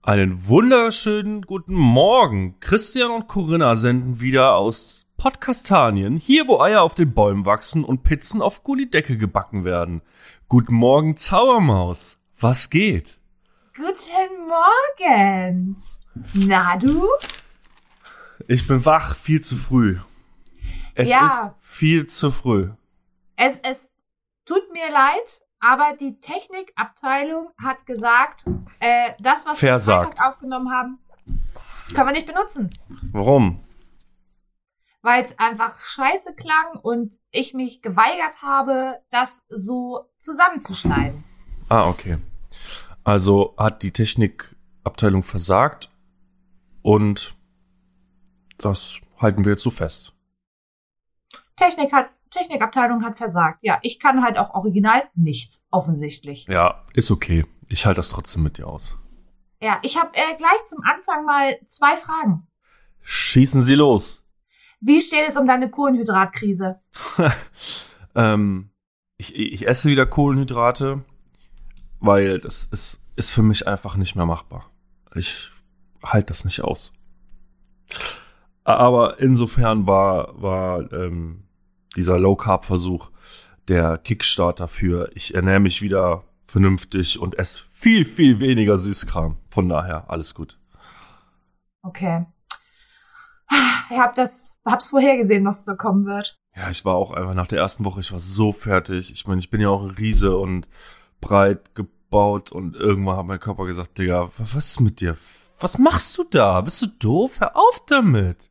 Einen wunderschönen guten Morgen. Christian und Corinna senden wieder aus Podcastanien, hier wo Eier auf den Bäumen wachsen und Pizzen auf Gullideckel gebacken werden. Guten Morgen, Zaubermaus. Was geht? Guten Morgen. Na du? Ich bin wach, viel zu früh. Es ist viel zu früh. Es tut mir leid, aber die Technikabteilung hat gesagt, das, was wir am Freitag aufgenommen haben, können wir nicht benutzen. Warum? Weil es einfach scheiße klang und ich mich geweigert habe, das so zusammenzuschneiden. Ah, okay. Also hat die Technikabteilung versagt und das halten wir jetzt so fest. Technikabteilung hat versagt. Ja, ich kann halt auch original nichts, offensichtlich. Ja, ist okay. Ich halte das trotzdem mit dir aus. Ja, ich habe gleich zum Anfang mal 2 Fragen. Schießen Sie los. Wie steht es um deine Kohlenhydratkrise? Ich esse wieder Kohlenhydrate, weil das ist für mich einfach nicht mehr machbar. Ich halte das nicht aus. Aber insofern war dieser Low-Carb-Versuch der Kickstarter für ich ernähre mich wieder vernünftig und esse viel, viel weniger Süßkram. Von daher, alles gut. Okay. Ich hab's vorhergesehen, dass es so kommen wird. Ja, ich war auch einfach nach der ersten Woche, ich war so fertig. Ich meine, ich bin ja auch ein Riese und breit gebaut und irgendwann hat mein Körper gesagt, Digga, was ist mit dir? Was machst du da? Bist du doof? Hör auf damit.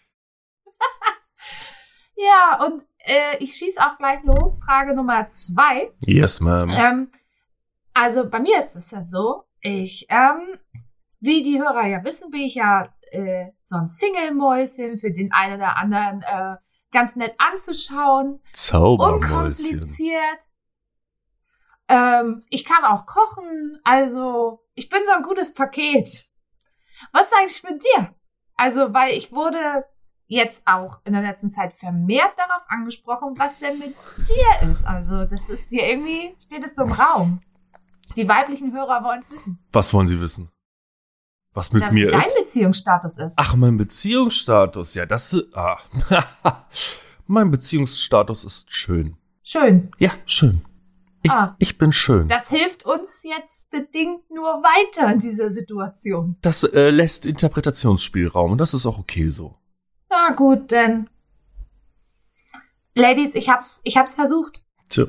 Ja, und ich schieß auch gleich los. Frage Nummer 2. Yes, ma'am. Also bei mir ist es ja so, wie die Hörer ja wissen, bin ich ja so ein Single-Mäuschen, für den einen oder anderen ganz nett anzuschauen. Zaubermäuschen. Unkompliziert. Ich kann auch kochen, also ich bin so ein gutes Paket. Was ist eigentlich mit dir? Also, weil ich wurde jetzt auch in der letzten Zeit vermehrt darauf angesprochen, was denn mit dir ist. Also, das ist hier irgendwie, steht es so im Raum. Die weiblichen Hörer wollen es wissen. Was wollen sie wissen? Was mit mir ist? Dein Beziehungsstatus ist. Ach, mein Beziehungsstatus. Ja, mein Beziehungsstatus ist schön. Schön? Ja, schön. Ich bin schön. Das hilft uns jetzt bedingt nur weiter in dieser Situation. Das lässt Interpretationsspielraum und das ist auch okay so. Na gut, denn Ladies, ich hab's versucht.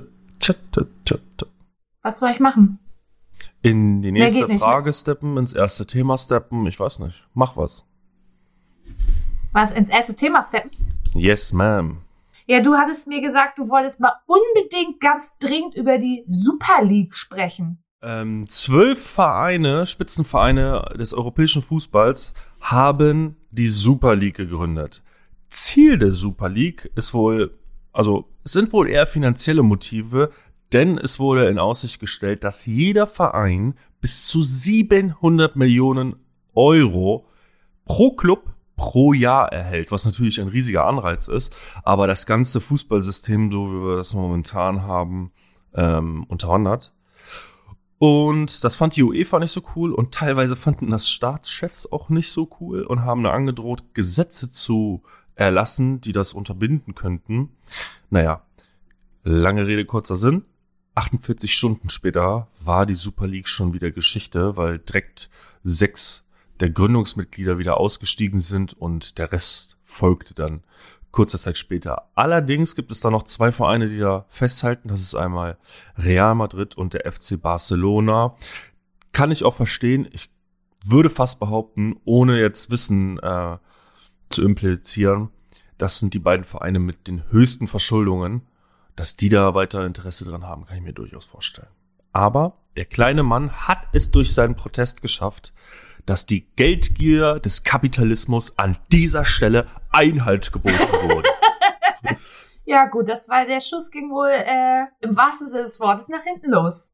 Was soll ich machen? In die nächste Frage steppen, ins erste Thema steppen, ich weiß nicht. Mach was. Was, ins erste Thema steppen? Yes, ma'am. Ja, du hattest mir gesagt, du wolltest mal unbedingt ganz dringend über die Super League sprechen. 12 Vereine, Spitzenvereine des europäischen Fußballs haben die Super League gegründet. Ziel der Super League ist sind wohl eher finanzielle Motive, denn es wurde in Aussicht gestellt, dass jeder Verein bis zu 700 Millionen Euro pro Club pro Jahr erhält, was natürlich ein riesiger Anreiz ist, aber das ganze Fußballsystem, so wie wir das momentan haben, unterwandert. Und das fand die UEFA nicht so cool und teilweise fanden das Staatschefs auch nicht so cool und haben angedroht, Gesetze zu erlassen, die das unterbinden könnten. Naja, lange Rede, kurzer Sinn. 48 Stunden später war die Super League schon wieder Geschichte, weil direkt 6 der Gründungsmitglieder wieder ausgestiegen sind und der Rest folgte dann kurzer Zeit später. Allerdings gibt es da noch 2 Vereine, die da festhalten. Das ist einmal Real Madrid und der FC Barcelona. Kann ich auch verstehen. Ich würde fast behaupten, ohne jetzt Wissen zu implizieren, das sind die beiden Vereine mit den höchsten Verschuldungen. Dass die da weiter Interesse dran haben, kann ich mir durchaus vorstellen. Aber der kleine Mann hat es durch seinen Protest geschafft, dass die Geldgier des Kapitalismus an dieser Stelle Einhalt geboten wurde. Ja gut, der Schuss ging wohl im wahrsten Sinne des Wortes nach hinten los.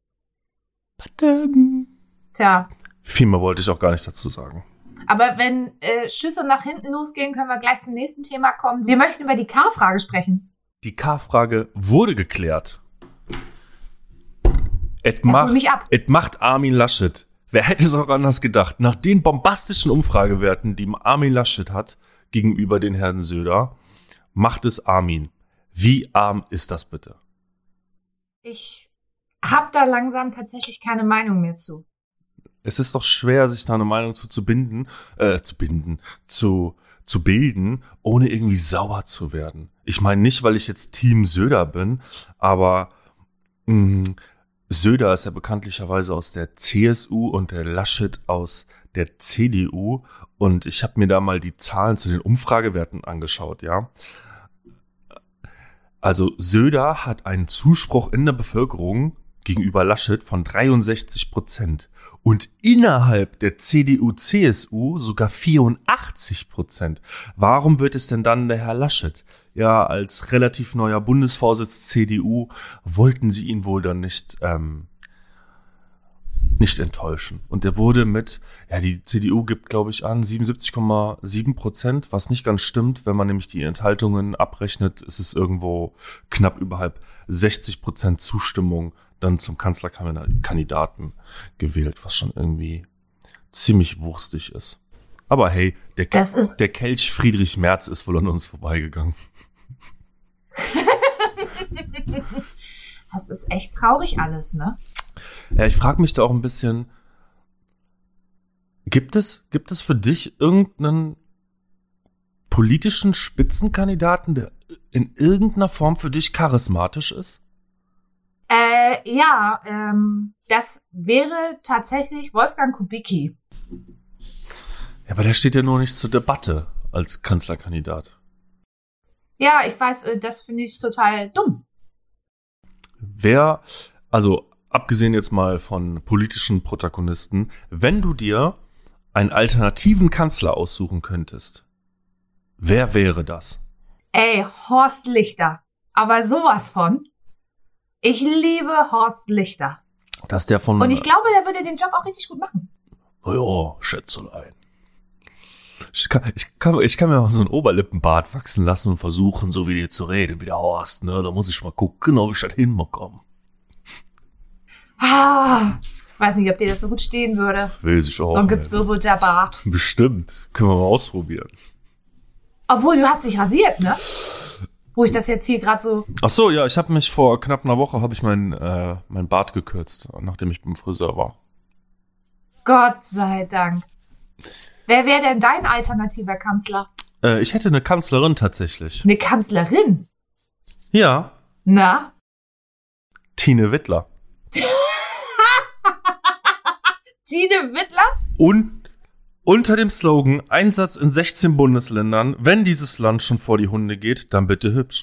Tja. Viel mehr wollte ich auch gar nicht dazu sagen. Aber wenn Schüsse nach hinten losgehen, können wir gleich zum nächsten Thema kommen. Wir möchten über die K-Frage sprechen. Die K-Frage wurde geklärt. Et macht Armin Laschet Wer hätte es auch anders gedacht? Nach den bombastischen Umfragewerten, die Armin Laschet hat gegenüber den Herrn Söder, macht es Armin. Wie arm ist das bitte? Ich hab da langsam tatsächlich keine Meinung mehr zu. Es ist doch schwer, sich da eine Meinung zu bilden, ohne irgendwie sauer zu werden. Ich meine nicht, weil ich jetzt Team Söder bin, aber Söder ist ja bekanntlicherweise aus der CSU und der Laschet aus der CDU. Und ich habe mir da mal die Zahlen zu den Umfragewerten angeschaut, ja. Also Söder hat einen Zuspruch in der Bevölkerung gegenüber Laschet von 63% und innerhalb der CDU-CSU sogar 84%. Warum wird es denn dann der Herr Laschet? Ja, als relativ neuer Bundesvorsitz CDU wollten sie ihn wohl dann nicht enttäuschen. Und der wurde die CDU gibt, glaube ich, an 77,7%, was nicht ganz stimmt. Wenn man nämlich die Enthaltungen abrechnet, ist es irgendwo knapp überhalb 60% Zustimmung dann zum Kanzlerkandidaten gewählt, was schon irgendwie ziemlich wurstig ist. Aber hey, der Kelch Friedrich Merz ist wohl an uns vorbeigegangen. Das ist echt traurig alles, ne? Ja, ich frage mich da auch ein bisschen, gibt es für dich irgendeinen politischen Spitzenkandidaten, der in irgendeiner Form für dich charismatisch ist? Das wäre tatsächlich Wolfgang Kubicki. Ja, aber der steht ja nur nicht zur Debatte als Kanzlerkandidat. Ja, ich weiß, das finde ich total dumm. Abgesehen jetzt mal von politischen Protagonisten, wenn du dir einen alternativen Kanzler aussuchen könntest, wer wäre das? Horst Lichter. Aber sowas von. Ich liebe Horst Lichter. Das ist der von... Und ich glaube, der würde den Job auch richtig gut machen. Oh ja, Schätzelein. Ich kann mir mal so einen Oberlippenbart wachsen lassen und versuchen, so wie dir zu reden, wie der Horst, ne? Da muss ich mal gucken, ob ich das hinbekomme. Ich weiß nicht, ob dir das so gut stehen würde. Weiß ich auch. So ein gezwirbelter Bart. Bestimmt. Können wir mal ausprobieren. Obwohl, du hast dich rasiert, ne? Wo ich das jetzt hier gerade so... Ach so, ja, ich habe mich vor knapp einer Woche mein Bart gekürzt, nachdem ich beim Friseur war. Gott sei Dank. Wer wäre denn dein alternativer Kanzler? Ich hätte eine Kanzlerin tatsächlich. Eine Kanzlerin? Ja. Na? Tine Wittler. Tine Wittler? Und unter dem Slogan Einsatz in 16 Bundesländern, wenn dieses Land schon vor die Hunde geht, dann bitte hübsch.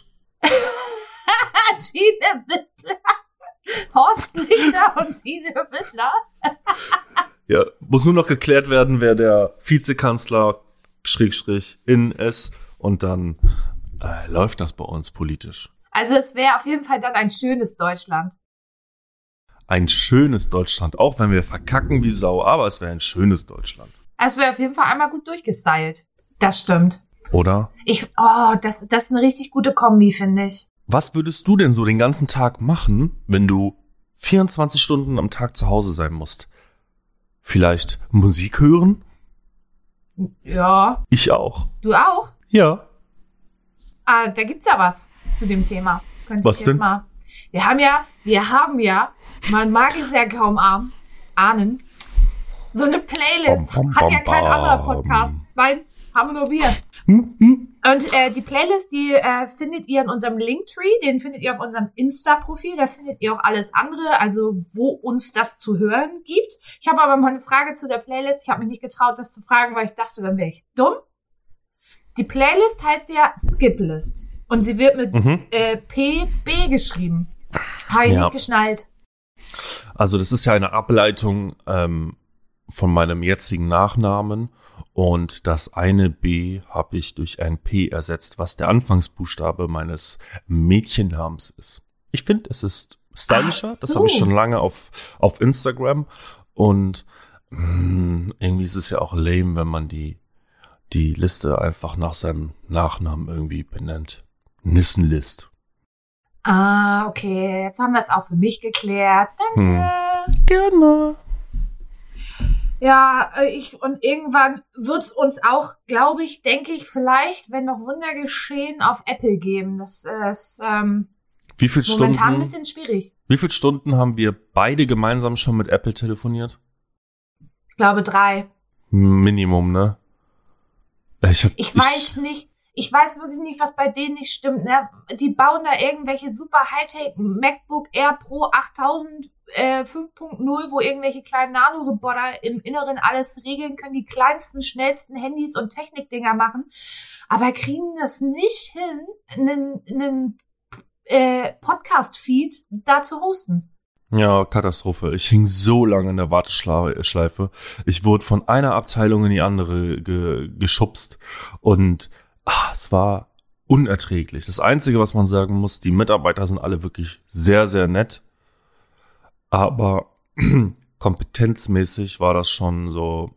Tine Wittler. Horst Lichter und Tine Wittler. Ja, muss nur noch geklärt werden, wer der Vizekanzler in ist und dann läuft das bei uns politisch. Also es wäre auf jeden Fall dann ein schönes Deutschland. Ein schönes Deutschland, auch wenn wir verkacken wie Sau, aber es wäre ein schönes Deutschland. Es wäre auf jeden Fall einmal gut durchgestylt. Das stimmt. Oder? Das ist eine richtig gute Kombi, finde ich. Was würdest du denn so den ganzen Tag machen, wenn du 24 Stunden am Tag zu Hause sein musst? Vielleicht Musik hören? Ja. Ich auch. Du auch? Ja. Da gibt's ja was zu dem Thema. Könnte was ich jetzt denn? Mal. Wir haben ja, man mag es ja kaum ahnen, so eine Playlist. Hat ja kein anderer Podcast. Nein, haben nur wir. Und die Playlist, die findet ihr in unserem Linktree, den findet ihr auf unserem Insta-Profil, da findet ihr auch alles andere, also wo uns das zu hören gibt. Ich habe aber mal eine Frage zu der Playlist. Ich habe mich nicht getraut, das zu fragen, weil ich dachte, dann wäre ich dumm. Die Playlist heißt ja Skiplist und sie wird mit PB geschrieben. Habe ich nicht geschnallt. Also das ist ja eine Ableitung von meinem jetzigen Nachnamen. Und das eine B habe ich durch ein P ersetzt, was der Anfangsbuchstabe meines Mädchennamens ist. Ich finde, es ist stylischer. So. Das habe ich schon lange auf Instagram. Und irgendwie ist es ja auch lame, wenn man die Liste einfach nach seinem Nachnamen irgendwie benennt. Nissenlist. Okay. Jetzt haben wir es auch für mich geklärt. Danke. Gerne. Ja, und irgendwann wird's uns auch, glaube ich, denke ich, vielleicht, wenn noch Wunder geschehen, auf Apple geben. Das ist Wie viel momentan ein Stunden, bisschen schwierig. wie viele Stunden haben wir beide gemeinsam schon mit Apple telefoniert? Ich glaube 3. Minimum, ne? Ich weiß wirklich nicht, was bei denen nicht stimmt. Ne? Die bauen da irgendwelche super Hightech MacBook Air Pro 8000 5.0, wo irgendwelche kleinen Nanoroboter im Inneren alles regeln können, die kleinsten, schnellsten Handys und Technikdinger machen, aber kriegen das nicht hin, einen Podcast-Feed da zu hosten. Ja, Katastrophe. Ich hing so lange in der Warteschleife. Ich wurde von einer Abteilung in die andere geschubst und es war unerträglich. Das Einzige, was man sagen muss, die Mitarbeiter sind alle wirklich sehr, sehr nett, aber kompetenzmäßig war das schon so,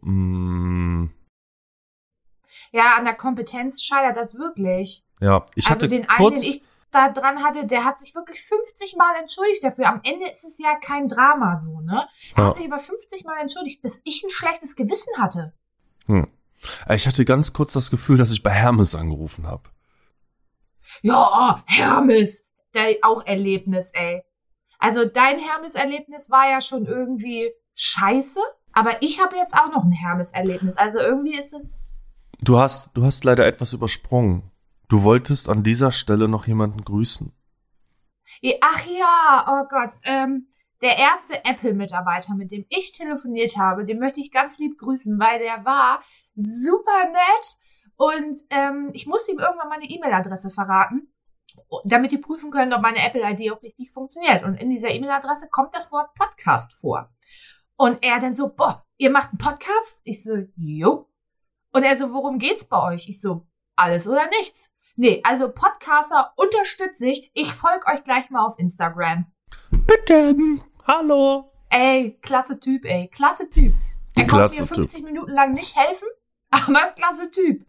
Ja, an der Kompetenz scheitert das wirklich. ja, ich Also hatte den einen, kurz, den ich da dran hatte, der hat sich wirklich 50 Mal entschuldigt dafür. Am Ende ist es ja kein Drama so, ne? Er Ja. hat sich aber 50 Mal entschuldigt, bis ich ein schlechtes Gewissen hatte. ich hatte ganz kurz das Gefühl, dass ich bei Hermes angerufen habe. Ja, Hermes, auch Erlebnis, ey. Also dein Hermes-Erlebnis war ja schon irgendwie scheiße, aber ich habe jetzt auch noch ein Hermes-Erlebnis. Also irgendwie ist es... Du hast leider etwas übersprungen. Du wolltest an dieser Stelle noch jemanden grüßen. Ach ja, oh Gott. Der erste Apple-Mitarbeiter, mit dem ich telefoniert habe, den möchte ich ganz lieb grüßen, weil der war super nett und ich musste ihm irgendwann meine E-Mail-Adresse verraten, damit die prüfen können, ob meine Apple-ID auch richtig funktioniert. Und in dieser E-Mail-Adresse kommt das Wort Podcast vor. Und er dann so, boah, ihr macht einen Podcast? Ich so, jo. Und er so, worum geht's bei euch? Ich so, alles oder nichts. Nee, also Podcaster unterstütze ich folge euch gleich mal auf Instagram. Bitte, hallo. Ey, klasse Typ, ey, klasse Typ. Er konnte Klasse mir Typ. 50 Minuten lang nicht helfen, aber klasse Typ.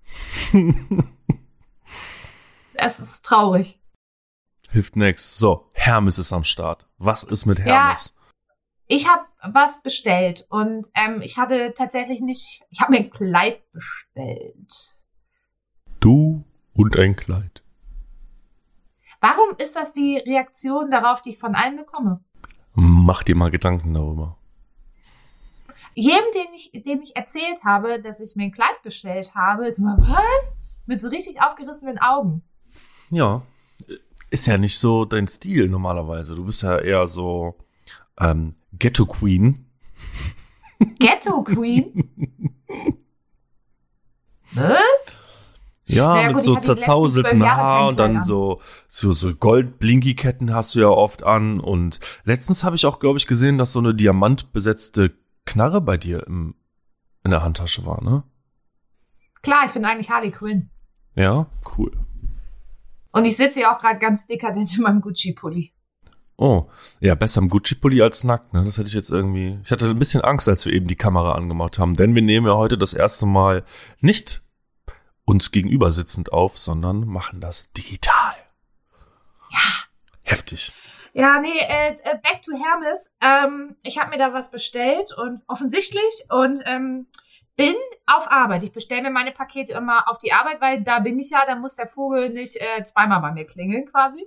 Es ist traurig. Hilft nix. So, Hermes ist am Start. Was ist mit Hermes? Ich habe was bestellt und ich hatte tatsächlich nicht, ich habe mir ein Kleid bestellt. Du und ein Kleid. Warum ist das die Reaktion darauf, die ich von allen bekomme? Mach dir mal Gedanken darüber. Jedem, dem ich erzählt habe, dass ich mir ein Kleid bestellt habe, ist immer, was? Mit so richtig aufgerissenen Augen. Ja, ist ja nicht so dein Stil normalerweise. Du bist ja eher so Ghetto Queen. Ghetto Queen? Ja, Naja, mit gut, so ich hatte die letzten 12 zerzauseltem Jahre Haar kein und dann Kleid an. so Gold-Blinky-Ketten hast du ja oft an. Und letztens habe ich auch, glaube ich, gesehen, dass so eine diamantbesetzte Knarre bei dir in der Handtasche war, ne? Klar, ich bin eigentlich Harley Quinn. Ja, cool. Und ich sitze ja auch gerade ganz dekadent in meinem Gucci-Pulli. Oh, ja, besser im Gucci-Pulli als nackt, ne? Das hätte ich jetzt irgendwie... Ich hatte ein bisschen Angst, als wir eben die Kamera angemacht haben, denn wir nehmen ja heute das erste Mal nicht uns gegenüber sitzend auf, sondern machen das digital. Ja. Heftig. Ja, nee, back to Hermes. Ich habe mir da was bestellt und offensichtlich und bin auf Arbeit. Ich bestelle mir meine Pakete immer auf die Arbeit, weil da bin ich ja, da muss der Vogel nicht zweimal bei mir klingeln quasi.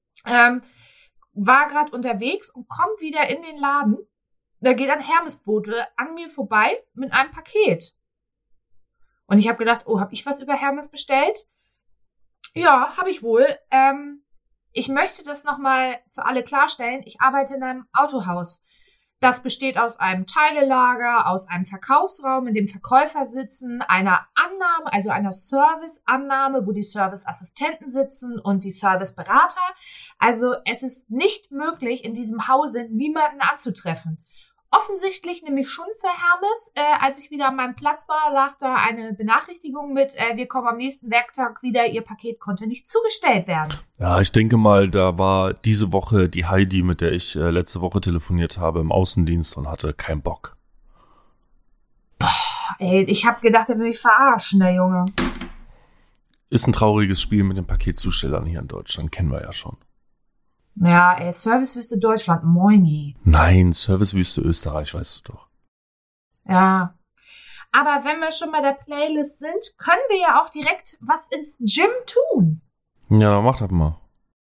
War gerade unterwegs und komm wieder in den Laden. Da geht ein Hermesbote an mir vorbei mit einem Paket. Und ich habe gedacht, oh, habe ich was über Hermes bestellt? Ja, habe ich wohl. Ich möchte das nochmal für alle klarstellen. Ich arbeite in einem Autohaus. Das besteht aus einem Teilelager, aus einem Verkaufsraum, in dem Verkäufer sitzen, einer Annahme, also einer Serviceannahme, wo die Serviceassistenten sitzen und die Serviceberater. Also es ist nicht möglich, in diesem Hause niemanden anzutreffen. Offensichtlich nämlich schon für Hermes. Als ich wieder an meinem Platz war, lag da eine Benachrichtigung mit, wir kommen am nächsten Werktag wieder, Ihr Paket konnte nicht zugestellt werden. Ja, ich denke mal, da war diese Woche die Heidi, mit der ich letzte Woche telefoniert habe, im Außendienst und hatte keinen Bock. Ey, ich habe gedacht, er will mich verarschen, der Junge. Ist ein trauriges Spiel mit den Paketzustellern hier in Deutschland, kennen wir ja schon. Ja, ey, Servicewüste Deutschland, moini. Nein, Servicewüste Österreich, weißt du doch. Ja. Aber wenn wir schon bei der Playlist sind, können wir ja auch direkt was ins Gym tun. Ja, dann mach das mal.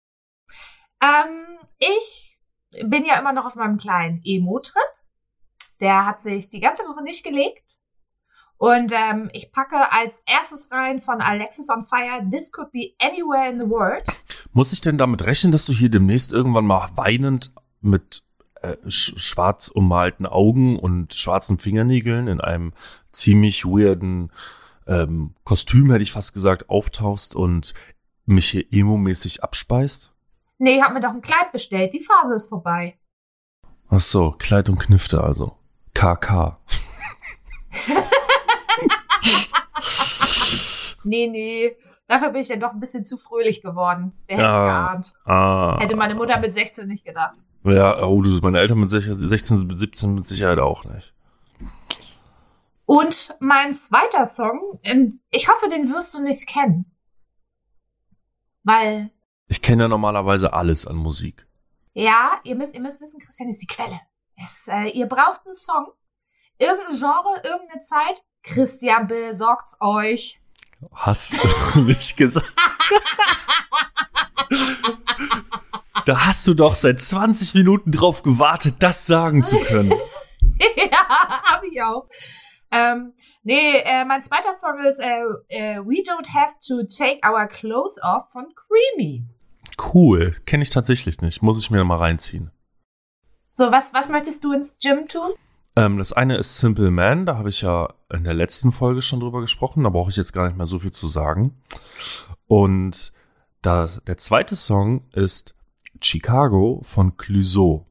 Ich bin ja immer noch auf meinem kleinen Emo-Trip. Der hat sich die ganze Woche nicht gelegt. Und ich packe als erstes rein von Alexis on Fire, This Could Be Anywhere in the World. Muss ich denn damit rechnen, dass du hier demnächst irgendwann mal weinend mit schwarz ummalten Augen und schwarzen Fingernägeln in einem ziemlich weirden Kostüm, hätte ich fast gesagt, auftauchst und mich hier emo-mäßig abspeist? Nee, ich hab mir doch ein Kleid bestellt. Die Phase ist vorbei. Ach so, Kleid und Knifte also. KK. Nee. Dafür bin ich dann doch ein bisschen zu fröhlich geworden. Wer hätte es geahnt? Hätte meine Mutter mit 16 nicht gedacht. Ja, meine Eltern mit 16, 17 mit Sicherheit auch nicht. Und mein zweiter Song, ich hoffe, den wirst du nicht kennen. Weil... Ich kenne ja normalerweise alles an Musik. Ja, ihr müsst wissen, Christian ist die Quelle. Ihr braucht einen Song, irgendein Genre, irgendeine Zeit. Christian besorgt's euch. Hast du nicht gesagt? Da hast du doch seit 20 Minuten drauf gewartet, das sagen zu können. Ja, hab ich auch. Mein zweiter Song ist We Don't Have to Take Our Clothes Off von Creamy. Cool, kenne ich tatsächlich nicht. Muss ich mir mal reinziehen. So, was möchtest du ins Gym tun? Das eine ist Simple Man, da habe ich ja in der letzten Folge schon drüber gesprochen, da brauche ich jetzt gar nicht mehr so viel zu sagen. Und der zweite Song ist Chicago von Clouseau.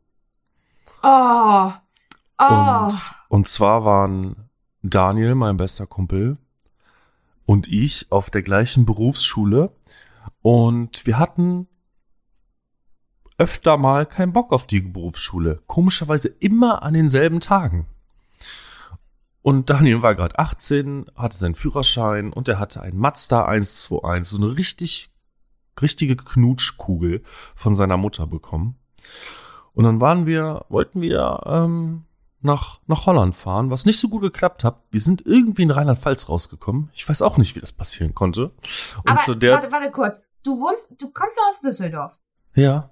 Und zwar waren Daniel, mein bester Kumpel, und ich auf der gleichen Berufsschule und wir hatten öfter mal keinen Bock auf die Berufsschule. Komischerweise immer an denselben Tagen. Und Daniel war gerade 18, hatte seinen Führerschein und er hatte einen Mazda 121, so eine richtige Knutschkugel von seiner Mutter bekommen. Und dann wollten wir nach Holland fahren, was nicht so gut geklappt hat. Wir sind irgendwie in Rheinland-Pfalz rausgekommen. Ich weiß auch nicht, wie das passieren konnte. Und aber warte kurz. Du kommst ja aus Düsseldorf. Ja.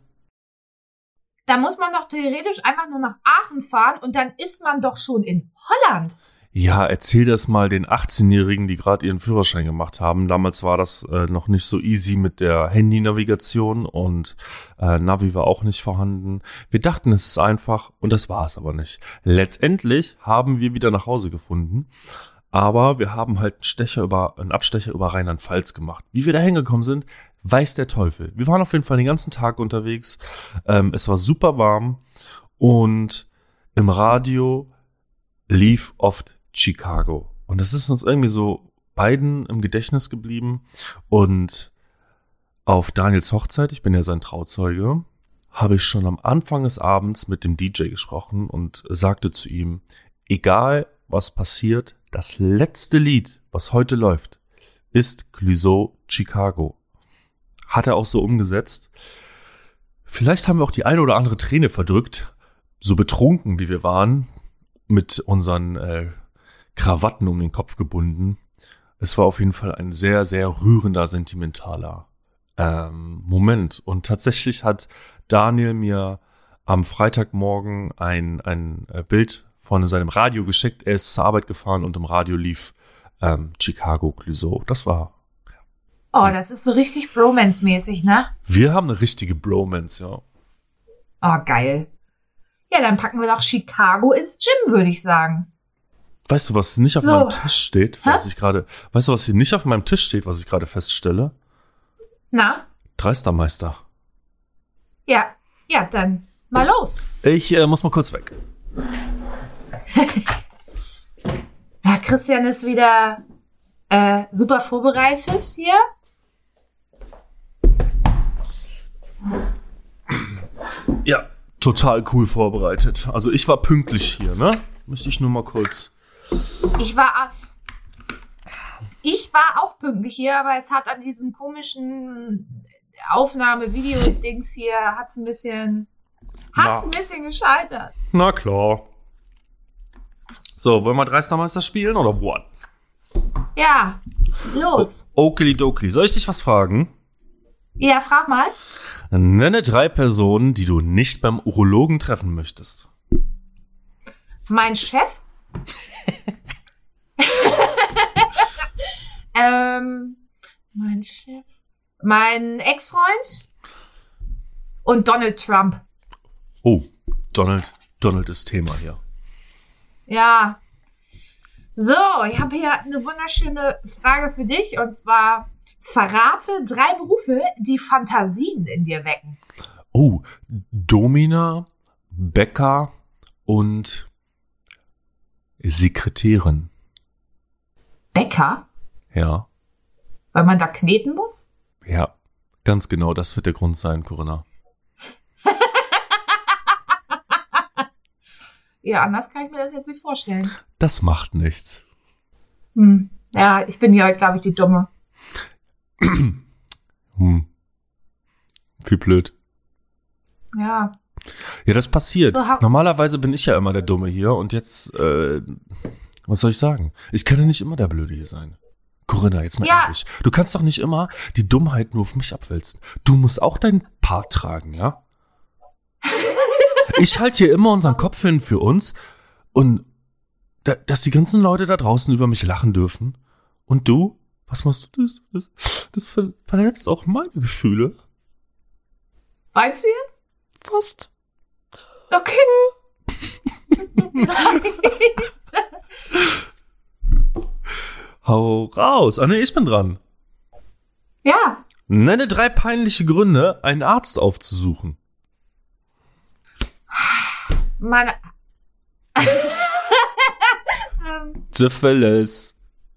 Da muss man doch theoretisch einfach nur nach Aachen fahren und dann ist man doch schon in Holland. Ja, erzähl das mal den 18-Jährigen, die gerade ihren Führerschein gemacht haben. Damals war das noch nicht so easy mit der Handy-Navigation und Navi war auch nicht vorhanden. Wir dachten, es ist einfach und das war es aber nicht. Letztendlich haben wir wieder nach Hause gefunden, aber wir haben halt einen Abstecher über Rheinland-Pfalz gemacht. Wie wir da hingekommen sind, weiß der Teufel. Wir waren auf jeden Fall den ganzen Tag unterwegs. Es war super warm und im Radio lief oft Chicago. Und das ist uns irgendwie so beiden im Gedächtnis geblieben. Und auf Daniels Hochzeit, ich bin ja sein Trauzeuge, habe ich schon am Anfang des Abends mit dem DJ gesprochen und sagte zu ihm, egal was passiert, das letzte Lied, was heute läuft, ist Clouseau Chicago. Hat er auch so umgesetzt. Vielleicht haben wir auch die eine oder andere Träne verdrückt, so betrunken wie wir waren, mit unseren Krawatten um den Kopf gebunden. Es war auf jeden Fall ein sehr, sehr rührender, sentimentaler Moment. Und tatsächlich hat Daniel mir am Freitagmorgen ein Bild von seinem Radio geschickt. Er ist zur Arbeit gefahren und im Radio lief Chicago Clouseau. Das war... Oh, das ist so richtig Bromance-mäßig, ne? Wir haben eine richtige Bromance, ja. Oh, geil. Ja, dann packen wir doch Chicago ins Gym, würde ich sagen. Weißt du, was nicht auf meinem Tisch steht, was hier nicht auf meinem Tisch steht, was ich gerade feststelle? Na? Dreistermeister. Ja, dann mal los. Ich muss mal kurz weg. Ja, Christian ist wieder super vorbereitet hier. Ja, total cool vorbereitet. Also ich war pünktlich hier, ne? Möchte ich nur mal kurz... Ich war auch pünktlich hier, aber es hat an diesem komischen Aufnahme-Video-Dings hier, hat's ein bisschen gescheitert. Na klar. So, wollen wir Dreistermeister spielen oder what? Ja, los. Okidoki. Soll ich dich was fragen? Ja, frag mal. Nenne 3 Personen, die du nicht beim Urologen treffen möchtest. Mein Chef? Mein Chef? Mein Ex-Freund? Und Donald Trump. Oh, Donald ist Thema hier. Ja. So, ich habe hier eine wunderschöne Frage für dich. Und zwar, verrate 3 Berufe, die Fantasien in dir wecken. Oh, Domina, Bäcker und Sekretärin. Bäcker? Ja. Weil man da kneten muss? Ja, ganz genau, das wird der Grund sein, Corinna. Ja, anders kann ich mir das jetzt nicht vorstellen. Das macht nichts. Ja, ich bin ja, glaube ich, die Dumme. Wie blöd. Ja. Ja, das passiert. So, Normalerweise bin ich ja immer der Dumme hier und jetzt, was soll ich sagen? Ich kann ja nicht immer der Blöde hier sein. Corinna, jetzt mal ehrlich. Du kannst doch nicht immer die Dummheit nur auf mich abwälzen. Du musst auch deinen Part tragen, ja? Ich halte hier immer unseren Kopf hin für uns und dass die ganzen Leute da draußen über mich lachen dürfen. Und du? Was machst du? Das verletzt auch meine Gefühle. Meinst du jetzt? Fast. Okay. Das tut mir leid. Hau raus. Ah, nee, ich bin dran. Ja. Nenne 3 peinliche Gründe, einen Arzt aufzusuchen. Meine. Syphilis.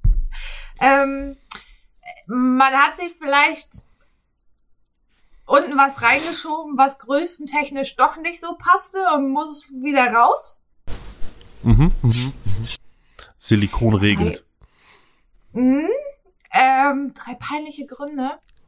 Man hat sich vielleicht unten was reingeschoben, was größentechnisch doch nicht so passte und muss wieder raus. Silikon regelt. 3 peinliche Gründe.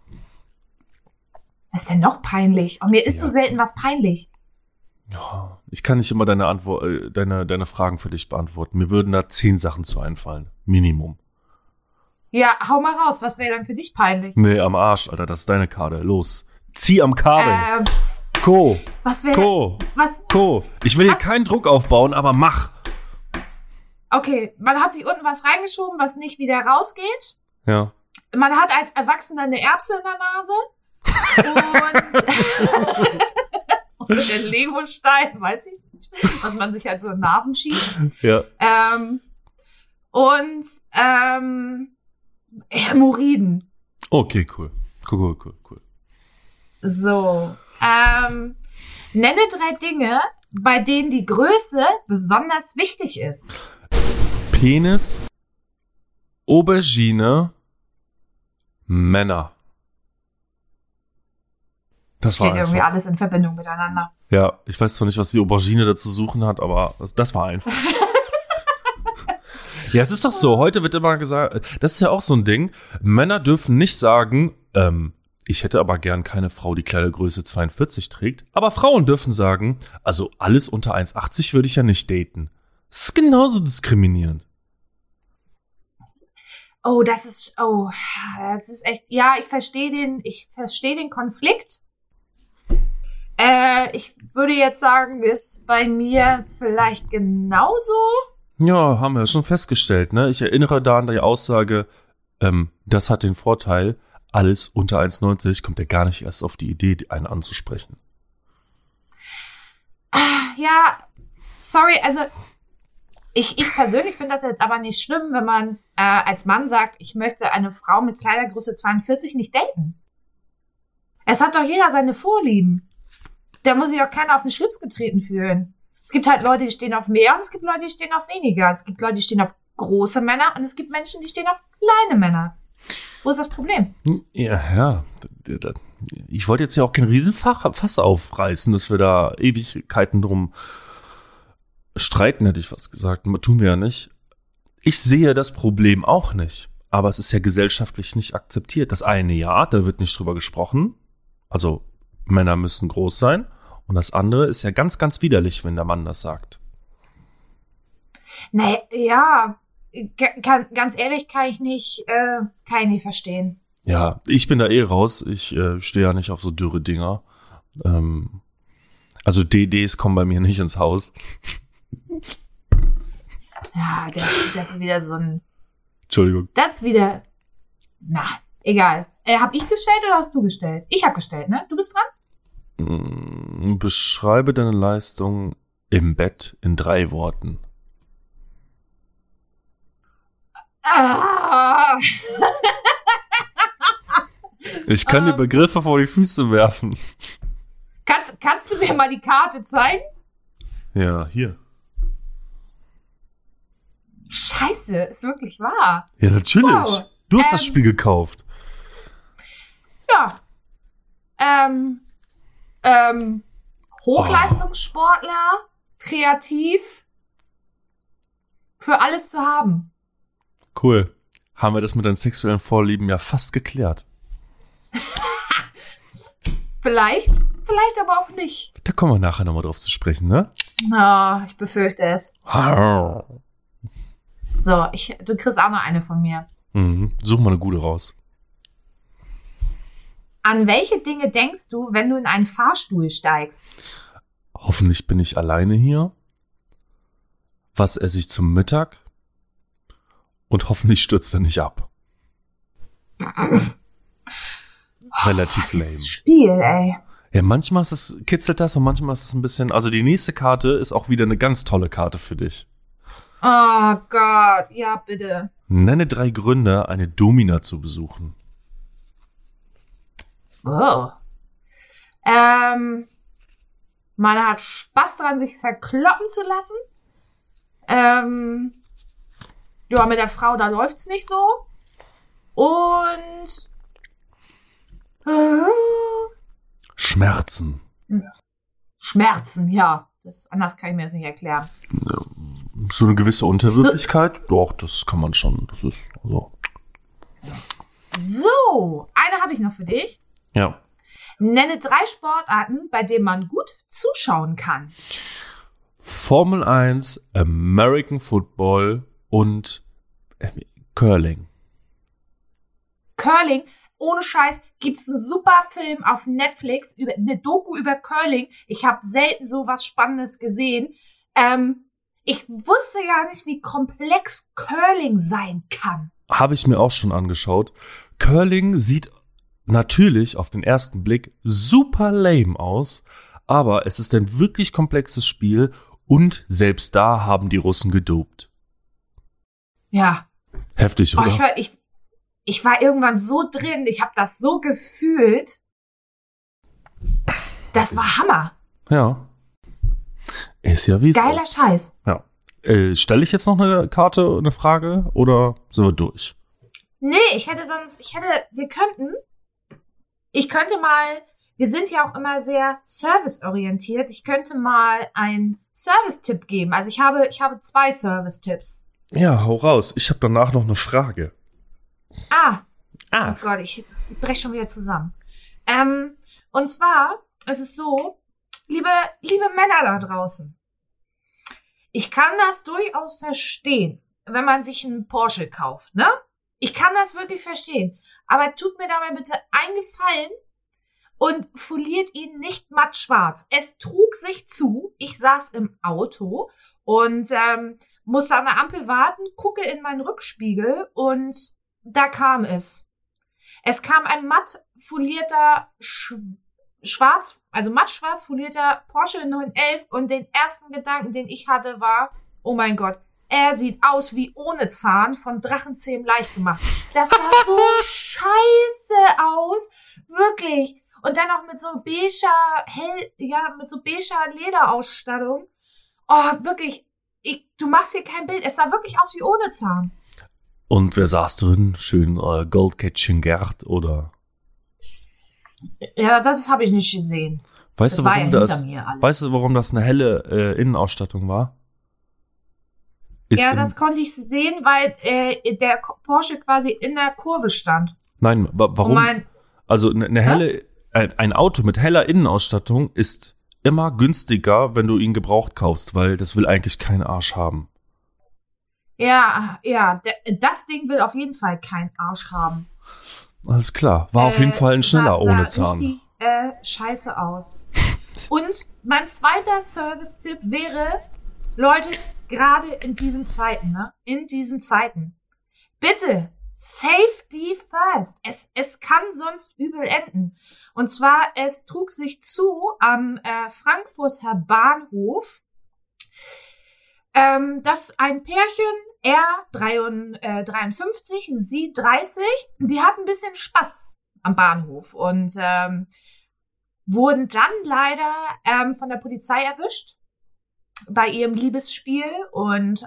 Was ist denn noch peinlich? Oh, mir ist so selten was peinlich. Ja, ich kann nicht immer deine Antwort, deine Fragen für dich beantworten. Mir würden da 10 Sachen zu einfallen. Minimum. Ja, hau mal raus. Was wäre dann für dich peinlich? Nee, am Arsch, Alter. Das ist deine Karte. Los. Zieh am Kabel. Co. Was wäre... Co. Was? Co. Ich will hier keinen Druck aufbauen, aber mach. Okay, man hat sich unten was reingeschoben, was nicht wieder rausgeht. Ja. Man hat als Erwachsener eine Erbse in der Nase. Und der Legostein, weiß ich nicht, was man sich halt so in Nasen schiebt. Ja. Hämorrhoiden. Okay, cool. Cool. So. Nenne 3 Dinge, bei denen die Größe besonders wichtig ist. Penis, Aubergine, Männer. Das steht irgendwie alles in Verbindung miteinander. Ja, ich weiß zwar nicht, was die Aubergine da zu suchen hat, aber das war einfach. Ja, es ist doch so, heute wird immer gesagt, das ist ja auch so ein Ding, Männer dürfen nicht sagen, ich hätte aber gern keine Frau, die Kleidergröße 42 trägt, aber Frauen dürfen sagen, also alles unter 1,80 würde ich ja nicht daten. Das ist genauso diskriminierend. Das ist echt, ja, ich verstehe den Konflikt. Ich würde jetzt sagen, ist bei mir vielleicht genauso. Ja, haben wir schon festgestellt, ne? Ich erinnere da an die Aussage, das hat den Vorteil, alles unter 1,90 kommt er gar nicht erst auf die Idee, einen anzusprechen. Ja, sorry, also ich persönlich finde das jetzt aber nicht schlimm, wenn man als Mann sagt, ich möchte eine Frau mit Kleidergröße 42 nicht daten. Es hat doch jeder seine Vorlieben. Da muss sich auch keiner auf den Schlips getreten fühlen. Es gibt halt Leute, die stehen auf mehr und es gibt Leute, die stehen auf weniger. Es gibt Leute, die stehen auf große Männer und es gibt Menschen, die stehen auf kleine Männer. Wo ist das Problem? Ja. Ich wollte jetzt ja auch kein Riesenfass aufreißen, dass wir da Ewigkeiten drum streiten, hätte ich fast gesagt. Tun wir ja nicht. Ich sehe das Problem auch nicht. Aber es ist ja gesellschaftlich nicht akzeptiert. Das eine ja, da wird nicht drüber gesprochen. Also Männer müssen groß sein. Und das andere ist ja ganz, ganz widerlich, wenn der Mann das sagt. Nee, ja, ganz ehrlich kann ich nicht verstehen. Ja, ich bin da eh raus. Ich stehe ja nicht auf so dürre Dinger. Also DDs kommen bei mir nicht ins Haus. Ja, das ist wieder so ein... Entschuldigung. Das ist wieder... Na, egal. Hab ich gestellt oder hast du gestellt? Ich hab gestellt, ne? Du bist dran? Beschreibe deine Leistung im Bett in 3 Worten. Ah. Ich kann die Begriffe vor die Füße werfen. Kannst du mir mal die Karte zeigen? Ja, hier. Scheiße, ist wirklich wahr. Ja, natürlich. Wow. Du hast das Spiel gekauft. Ja. Hochleistungssportler, kreativ, für alles zu haben. Cool. Haben wir das mit deinen sexuellen Vorlieben ja fast geklärt. Vielleicht aber auch nicht. Da kommen wir nachher nochmal drauf zu sprechen, ne? Na, ich befürchte es. So, du kriegst auch noch eine von mir. Such mal eine gute raus. An welche Dinge denkst du, wenn du in einen Fahrstuhl steigst? Hoffentlich bin ich alleine hier. Was esse ich zum Mittag? Und hoffentlich stürzt er nicht ab. Relativ lame. Das Spiel, ey. Ja, manchmal kitzelt das und manchmal ist es ein bisschen... Also die nächste Karte ist auch wieder eine ganz tolle Karte für dich. Oh Gott, ja bitte. Nenne 3 Gründe, eine Domina zu besuchen. Oh. Man hat Spaß dran, sich verkloppen zu lassen. Ja, mit der Frau, da läuft's nicht so. Und Schmerzen. Schmerzen, ja. Anders kann ich mir das nicht erklären. So eine gewisse Unterwürfigkeit? Doch, das kann man schon. Das ist also. So, eine habe ich noch für dich. Ja. Nenne 3 Sportarten, bei denen man gut zuschauen kann. Formel 1, American Football und Curling. Curling, ohne Scheiß, gibt's einen super Film auf Netflix, eine Doku über Curling. Ich habe selten so was Spannendes gesehen. Ich wusste gar nicht, wie komplex Curling sein kann. Habe ich mir auch schon angeschaut. Curling sieht natürlich auf den ersten Blick super lame aus, aber es ist ein wirklich komplexes Spiel und selbst da haben die Russen gedopt. Ja. Heftig, oder? Ich war irgendwann so drin, ich habe das so gefühlt. Das war Hammer. Ja. Ist ja wie es Geiler Scheiß. Ja. Stelle ich jetzt noch eine Karte, eine Frage oder sind wir durch? Nee, wir sind ja auch immer sehr serviceorientiert. Ich könnte mal einen Service-Tipp geben. Also ich habe 2 Service-Tipps. Ja, hau raus. Ich habe danach noch eine Frage. Oh Gott, ich breche schon wieder zusammen. Und zwar ist es so, liebe Männer da draußen, ich kann das durchaus verstehen, wenn man sich einen Porsche kauft, ne? Ich kann das wirklich verstehen. Aber tut mir dabei bitte einen Gefallen und foliert ihn nicht mattschwarz. Es trug sich zu, ich saß im Auto und musste an der Ampel warten, gucke in meinen Rückspiegel und da kam es. Es kam ein matt folierter mattschwarz folierter Porsche 911 und den ersten Gedanken, den ich hatte, war, oh mein Gott, er sieht aus wie ohne Zahn von Drachenzähmen leicht gemacht. Das sah so scheiße aus. Wirklich. Und dann auch mit so beiger Lederausstattung. Oh, wirklich. Du machst hier kein Bild. Es sah wirklich aus wie ohne Zahn. Und wer saß drin? Schön Goldkettchen Gerd oder? Ja, das habe ich nicht gesehen. Weißt du, warum das eine helle Innenausstattung war? Das konnte ich sehen, weil der Porsche quasi in der Kurve stand. Nein, warum? Also ein Auto mit heller Innenausstattung ist immer günstiger, wenn du ihn gebraucht kaufst, weil das will eigentlich kein Arsch haben. Ja, das Ding will auf jeden Fall keinen Arsch haben. Alles klar. War auf jeden Fall ein schneller ohne Zahn. Richtig, scheiße aus. Und mein zweiter Service-Tipp wäre, Leute, gerade in diesen Zeiten, bitte, Safety first. Es kann sonst übel enden. Und zwar, es trug sich zu am Frankfurter Bahnhof, dass ein Pärchen, er 53, sie 30, die hatten ein bisschen Spaß am Bahnhof und wurden dann leider von der Polizei erwischt bei ihrem Liebesspiel und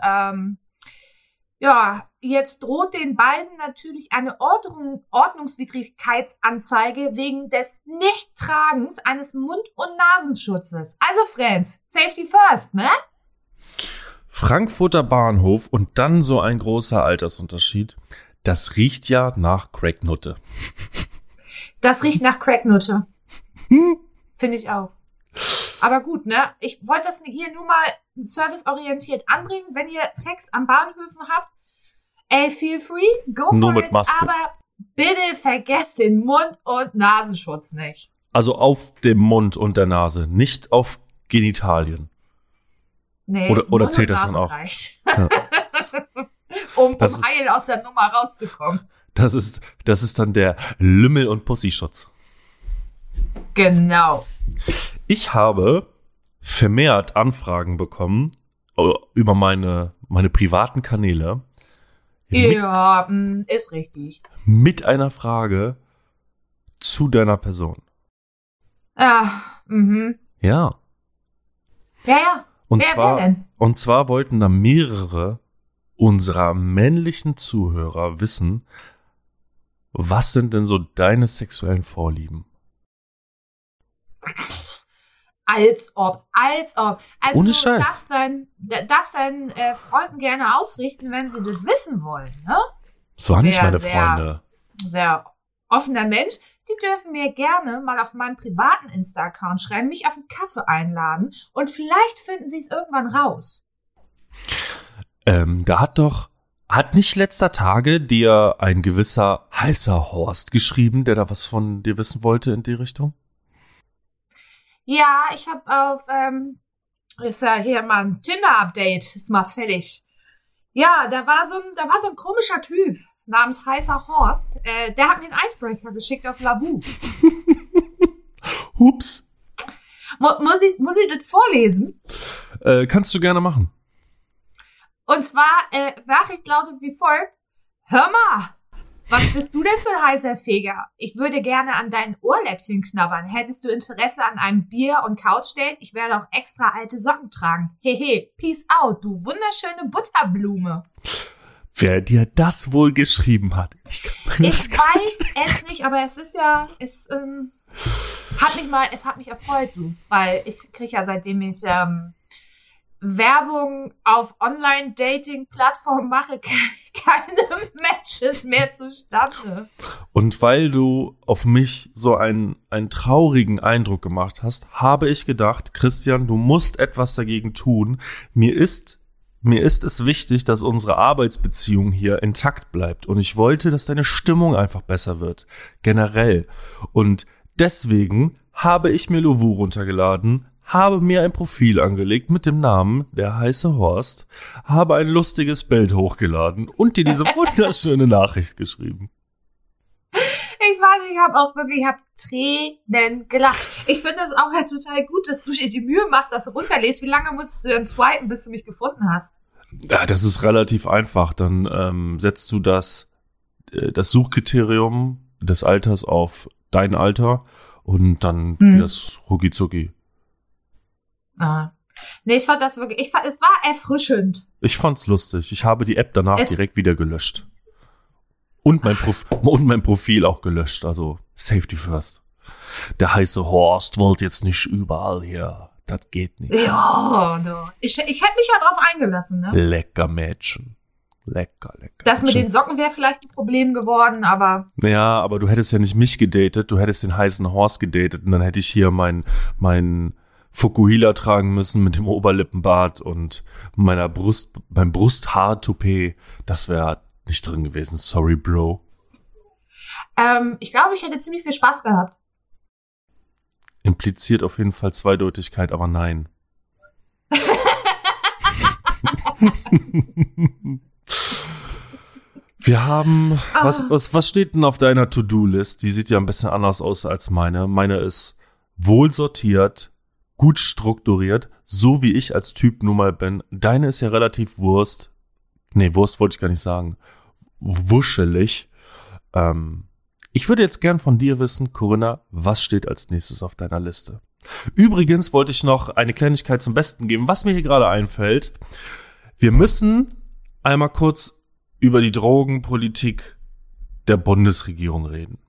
jetzt droht den beiden natürlich eine Ordnungswidrigkeitsanzeige wegen des Nichttragens eines Mund- und Nasenschutzes. Also, Friends, Safety first, ne? Frankfurter Bahnhof und dann so ein großer Altersunterschied. Das riecht ja nach Cracknutte. Das riecht nach Cracknutte. Finde ich auch. Aber gut, ne? Ich wollte das hier nur mal serviceorientiert anbringen. Wenn ihr Sex am Bahnhöfen habt, feel free, go for nur mit it. Maske. Aber bitte vergesst den Mund- und Nasenschutz nicht. Also auf dem Mund und der Nase, nicht auf Genitalien. Nee, oder zählt das dann auch? Ja. um heil aus der Nummer rauszukommen. Das ist dann der Lümmel- und Pussyschutz. Genau. Ich habe vermehrt Anfragen bekommen über meine privaten Kanäle. Ja, ist richtig. Mit einer Frage zu deiner Person. Ja, Ja. Ja. Wer denn? Und zwar wollten da mehrere unserer männlichen Zuhörer wissen, was sind denn so deine sexuellen Vorlieben? Als ob. Also Ohne du Scheiß. darfst deinen Freunden gerne ausrichten, wenn sie das wissen wollen, ne? Das waren nicht Wer meine sehr- Freunde. Sehr offener Mensch. Die dürfen mir gerne mal auf meinem privaten Insta-Account schreiben, mich auf einen Kaffee einladen und vielleicht finden sie es irgendwann raus. Da hat nicht letzter Tage dir ein gewisser heißer Horst geschrieben, der da was von dir wissen wollte in die Richtung? Ja, ich habe auf, ist ja hier mal ein Tinder-Update, ist mal fällig. Ja, da war so ein komischer Typ namens heißer Horst, der hat mir einen Icebreaker geschickt auf Lavu. Hups. Muss ich das vorlesen? Kannst du gerne machen. Und zwar, Nachricht lautet wie folgt: Hör mal, was bist du denn für ein heißer Feger? Ich würde gerne an deinen Ohrläppchen knabbern. Hättest du Interesse an einem Bier- und Couch-Date? Ich werde auch extra alte Socken tragen. Hehe, peace out, du wunderschöne Butterblume. Wer dir das wohl geschrieben hat? Ich weiß es nicht, aber es hat mich erfreut, du. Weil ich kriege ja, seitdem ich Werbung auf Online-Dating-Plattformen mache, keine Matches mehr zustande. Und weil du auf mich so einen traurigen Eindruck gemacht hast, habe ich gedacht, Christian, du musst etwas dagegen tun. Mir ist es wichtig, dass unsere Arbeitsbeziehung hier intakt bleibt. Und ich wollte, dass deine Stimmung einfach besser wird. Generell. Und deswegen habe ich mir Lovoo runtergeladen, habe mir ein Profil angelegt mit dem Namen Der heiße Horst, habe ein lustiges Bild hochgeladen und dir diese wunderschöne Nachricht geschrieben. Ich weiß, ich habe Tränen gelacht. Ich finde das auch total gut, dass du dir die Mühe machst, dass du runterlässt. Wie lange musstest du denn swipen, bis du mich gefunden hast? Ja, das ist relativ einfach. Dann setzt du das Suchkriterium des Alters auf dein Alter und dann geht das rucki zucki. Ah. Nee, ich fand das wirklich, es war erfrischend. Ich fand's lustig. Ich habe die App danach direkt wieder gelöscht. Und mein Profil auch gelöscht. Also Safety first. Der heiße Horst wollte jetzt nicht überall hier. Das geht nicht. Ja, ich hätte mich ja drauf eingelassen, ne? Lecker Mädchen. Lecker. Das mit den Socken wäre vielleicht ein Problem geworden, aber... Ja, aber du hättest ja nicht mich gedatet. Du hättest den heißen Horst gedatet. Und dann hätte ich hier mein Fukuhila tragen müssen mit dem Oberlippenbart und beim Brusthaar-Toupet. Das wäre nicht drin gewesen. Sorry, Bro. Ich glaube, ich hätte ziemlich viel Spaß gehabt. Impliziert auf jeden Fall Zweideutigkeit, aber nein. Wir haben, was steht denn auf deiner To-Do-List? Die sieht ja ein bisschen anders aus als meine. Meine ist wohl sortiert, gut strukturiert, so wie ich als Typ nun mal bin. Deine ist ja relativ Wurst. Nee, Wurst wollte ich gar nicht sagen. Wuschelig. Ich würde jetzt gern von dir wissen, Corinna, was steht als nächstes auf deiner Liste? Übrigens wollte ich noch eine Kleinigkeit zum Besten geben, was mir hier gerade einfällt. Wir müssen einmal kurz über die Drogenpolitik der Bundesregierung reden.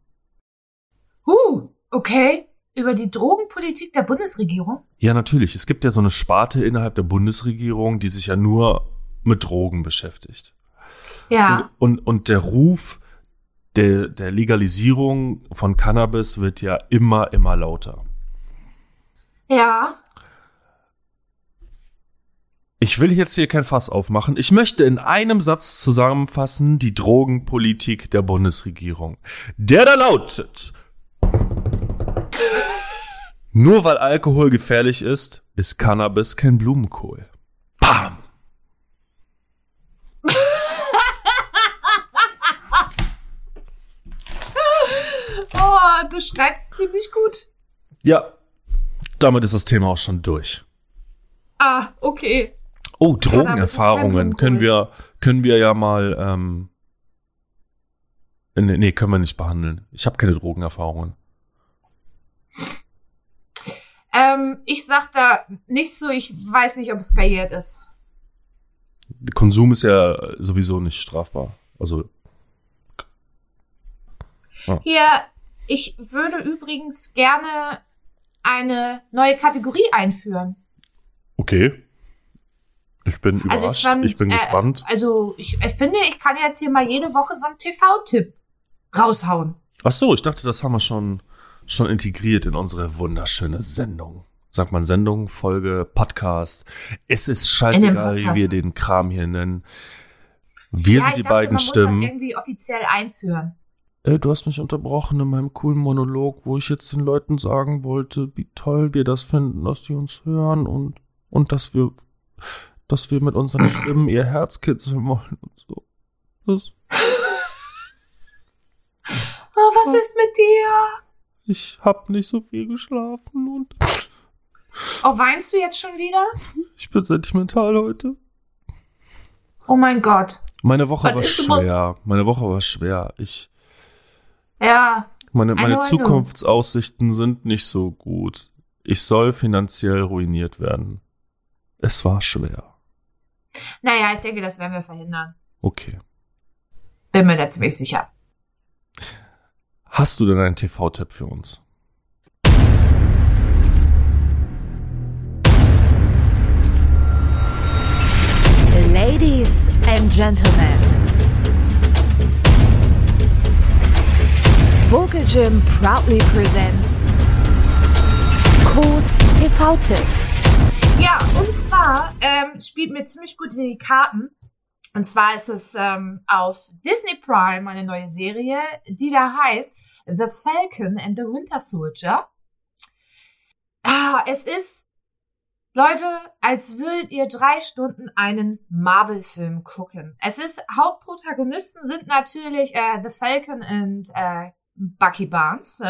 Okay. Über die Drogenpolitik der Bundesregierung? Ja, natürlich. Es gibt ja so eine Sparte innerhalb der Bundesregierung, die sich ja nur mit Drogen beschäftigt. Ja. Und der Ruf der Legalisierung von Cannabis wird ja immer lauter. Ja. Ich will jetzt hier kein Fass aufmachen. Ich möchte in einem Satz zusammenfassen die Drogenpolitik der Bundesregierung. Der da lautet: Nur weil Alkohol gefährlich ist, ist Cannabis kein Blumenkohl. Bam! Beschreibt's ziemlich gut. Ja, damit ist das Thema auch schon durch. Okay. Oh, Drogenerfahrungen können wir ja mal, nee, können wir nicht behandeln. Ich habe keine Drogenerfahrungen. Ich sag da nicht so, ich weiß nicht, ob es verjährt ist. Der Konsum ist ja sowieso nicht strafbar. Also. Hier, ich würde übrigens gerne eine neue Kategorie einführen. Okay. Ich bin überrascht, ich bin gespannt. Also ich finde, ich kann jetzt hier mal jede Woche so einen TV-Tipp raushauen. Ach so, ich dachte, das haben wir schon integriert in unsere wunderschöne Sendung. Sagt man Sendung, Folge, Podcast. Es ist scheißegal, wie wir den Kram hier nennen. Wir sind die beiden Stimmen. Man muss das irgendwie offiziell einführen. Du hast mich unterbrochen in meinem coolen Monolog, wo ich jetzt den Leuten sagen wollte, wie toll wir das finden, dass die uns hören und dass wir mit unseren Stimmen ihr Herz kitzeln wollen und so. Was ist mit dir? Ich hab nicht so viel geschlafen und... weinst du jetzt schon wieder? Ich bin sentimental heute. Oh mein Gott. Meine Woche war schwer. Ja. Meine Zukunftsaussichten sind nicht so gut. Ich soll finanziell ruiniert werden. Es war schwer. Naja, ich denke, das werden wir verhindern. Okay. Bin mir da ziemlich sicher. Hast du denn einen TV-Tipp für uns? Ladies and Gentlemen, Vocal Gym proudly presents Ko's TV-Tipps. Ja, und zwar spielt mir ziemlich gut in die Karten. Und zwar ist es auf Disney Prime eine neue Serie, die da heißt The Falcon and the Winter Soldier. Es ist, Leute, als würdet ihr 3 Stunden einen Marvel-Film gucken. Hauptprotagonisten sind natürlich The Falcon und Bucky Barnes,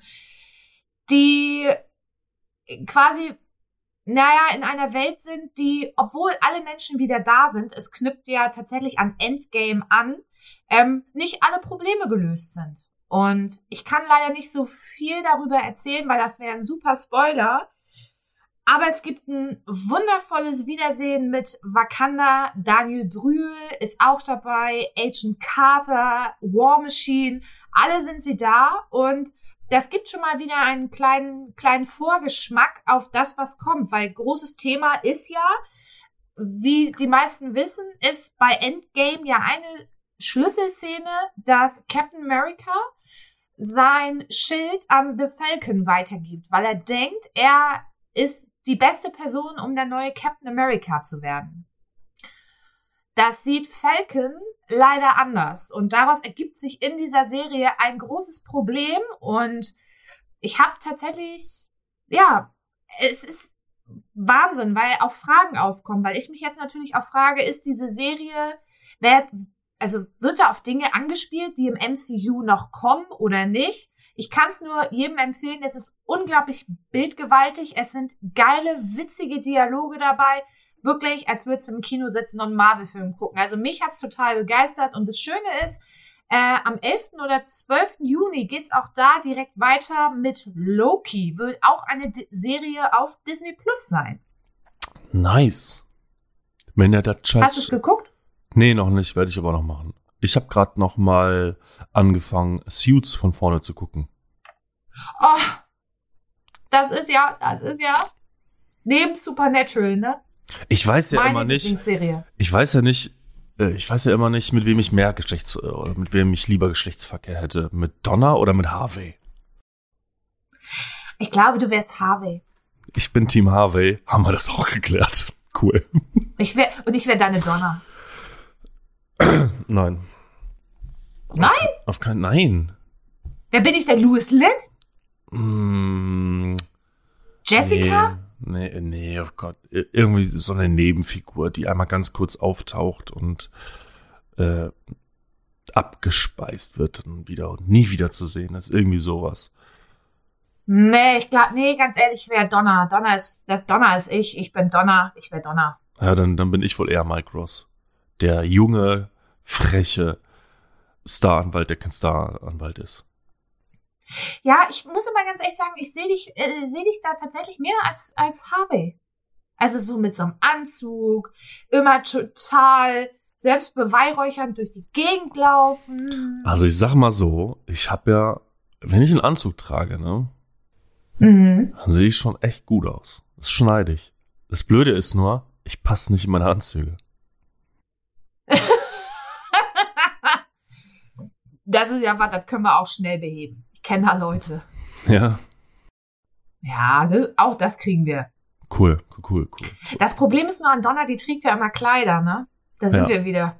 die quasi in einer Welt sind, die, obwohl alle Menschen wieder da sind, es knüpft ja tatsächlich an Endgame an, nicht alle Probleme gelöst sind. Und ich kann leider nicht so viel darüber erzählen, weil das wäre ein super Spoiler. Aber es gibt ein wundervolles Wiedersehen mit Wakanda. Daniel Brühl ist auch dabei, Agent Carter, War Machine, alle sind sie da und das gibt schon mal wieder einen kleinen Vorgeschmack auf das, was kommt, weil großes Thema ist ja, wie die meisten wissen, ist bei Endgame ja eine Schlüsselszene, dass Captain America sein Schild an The Falcon weitergibt, weil er denkt, er ist die beste Person, um der neue Captain America zu werden. Das sieht Falcon leider anders. Und daraus ergibt sich in dieser Serie ein großes Problem. Und ich habe tatsächlich, es ist Wahnsinn, weil auch Fragen aufkommen. Weil ich mich jetzt natürlich auch frage, ist diese Serie, wird da auf Dinge angespielt, die im MCU noch kommen oder nicht? Ich kann es nur jedem empfehlen. Es ist unglaublich bildgewaltig. Es sind geile, witzige Dialoge dabei. Wirklich, als würdest du im Kino sitzen und einen Marvel-Film gucken. Also mich hat's total begeistert. Und das Schöne ist, am 11. oder 12. Juni geht's auch da direkt weiter mit Loki. Wird auch eine Serie auf Disney Plus sein. Nice. Wenn er das Scheiß... Hast du es geguckt? Nee, noch nicht. Werde ich aber noch machen. Ich habe gerade noch mal angefangen, Suits von vorne zu gucken. Oh, das ist ja neben Supernatural, ne? Ich weiß ja Meine immer nicht. Lieblingsserie. Ich weiß ja immer nicht, mit wem ich mehr oder mit wem ich lieber Geschlechtsverkehr hätte. Mit Donna oder mit Harvey? Ich glaube, du wärst Harvey. Ich bin Team Harvey. Haben wir das auch geklärt? Cool. Ich wär deine Donna. Nein. Nein? Nein. Wer bin ich denn? Louis Litt? Jessica? Nee, oh Gott. Irgendwie so eine Nebenfigur, die einmal ganz kurz auftaucht und abgespeist wird und nie wieder zu sehen ist. Irgendwie sowas. Nee, ganz ehrlich, ich wäre Donna. Donna ist ich. Ich bin Donna. Ich wäre Donna. Ja, dann bin ich wohl eher Mike Ross. Der junge, freche Staranwalt, der kein Staranwalt ist. Ja, ich muss immer ganz ehrlich sagen, ich sehe dich da tatsächlich mehr als Harvey. Also so mit so einem Anzug, immer total selbstbeweihräuchernd durch die Gegend laufen. Also ich sag mal so, ich habe ja, wenn ich einen Anzug trage, ne, dann sehe ich schon echt gut aus. Das schneide ich. Das Blöde ist nur, ich passe nicht in meine Anzüge. Das ist ja was, das können wir auch schnell beheben. Ich kenne da Leute. Ja. Ja, auch das kriegen wir. Cool. Das Problem ist nur an Donna, die trägt ja immer Kleider, ne? Da sind wir wieder.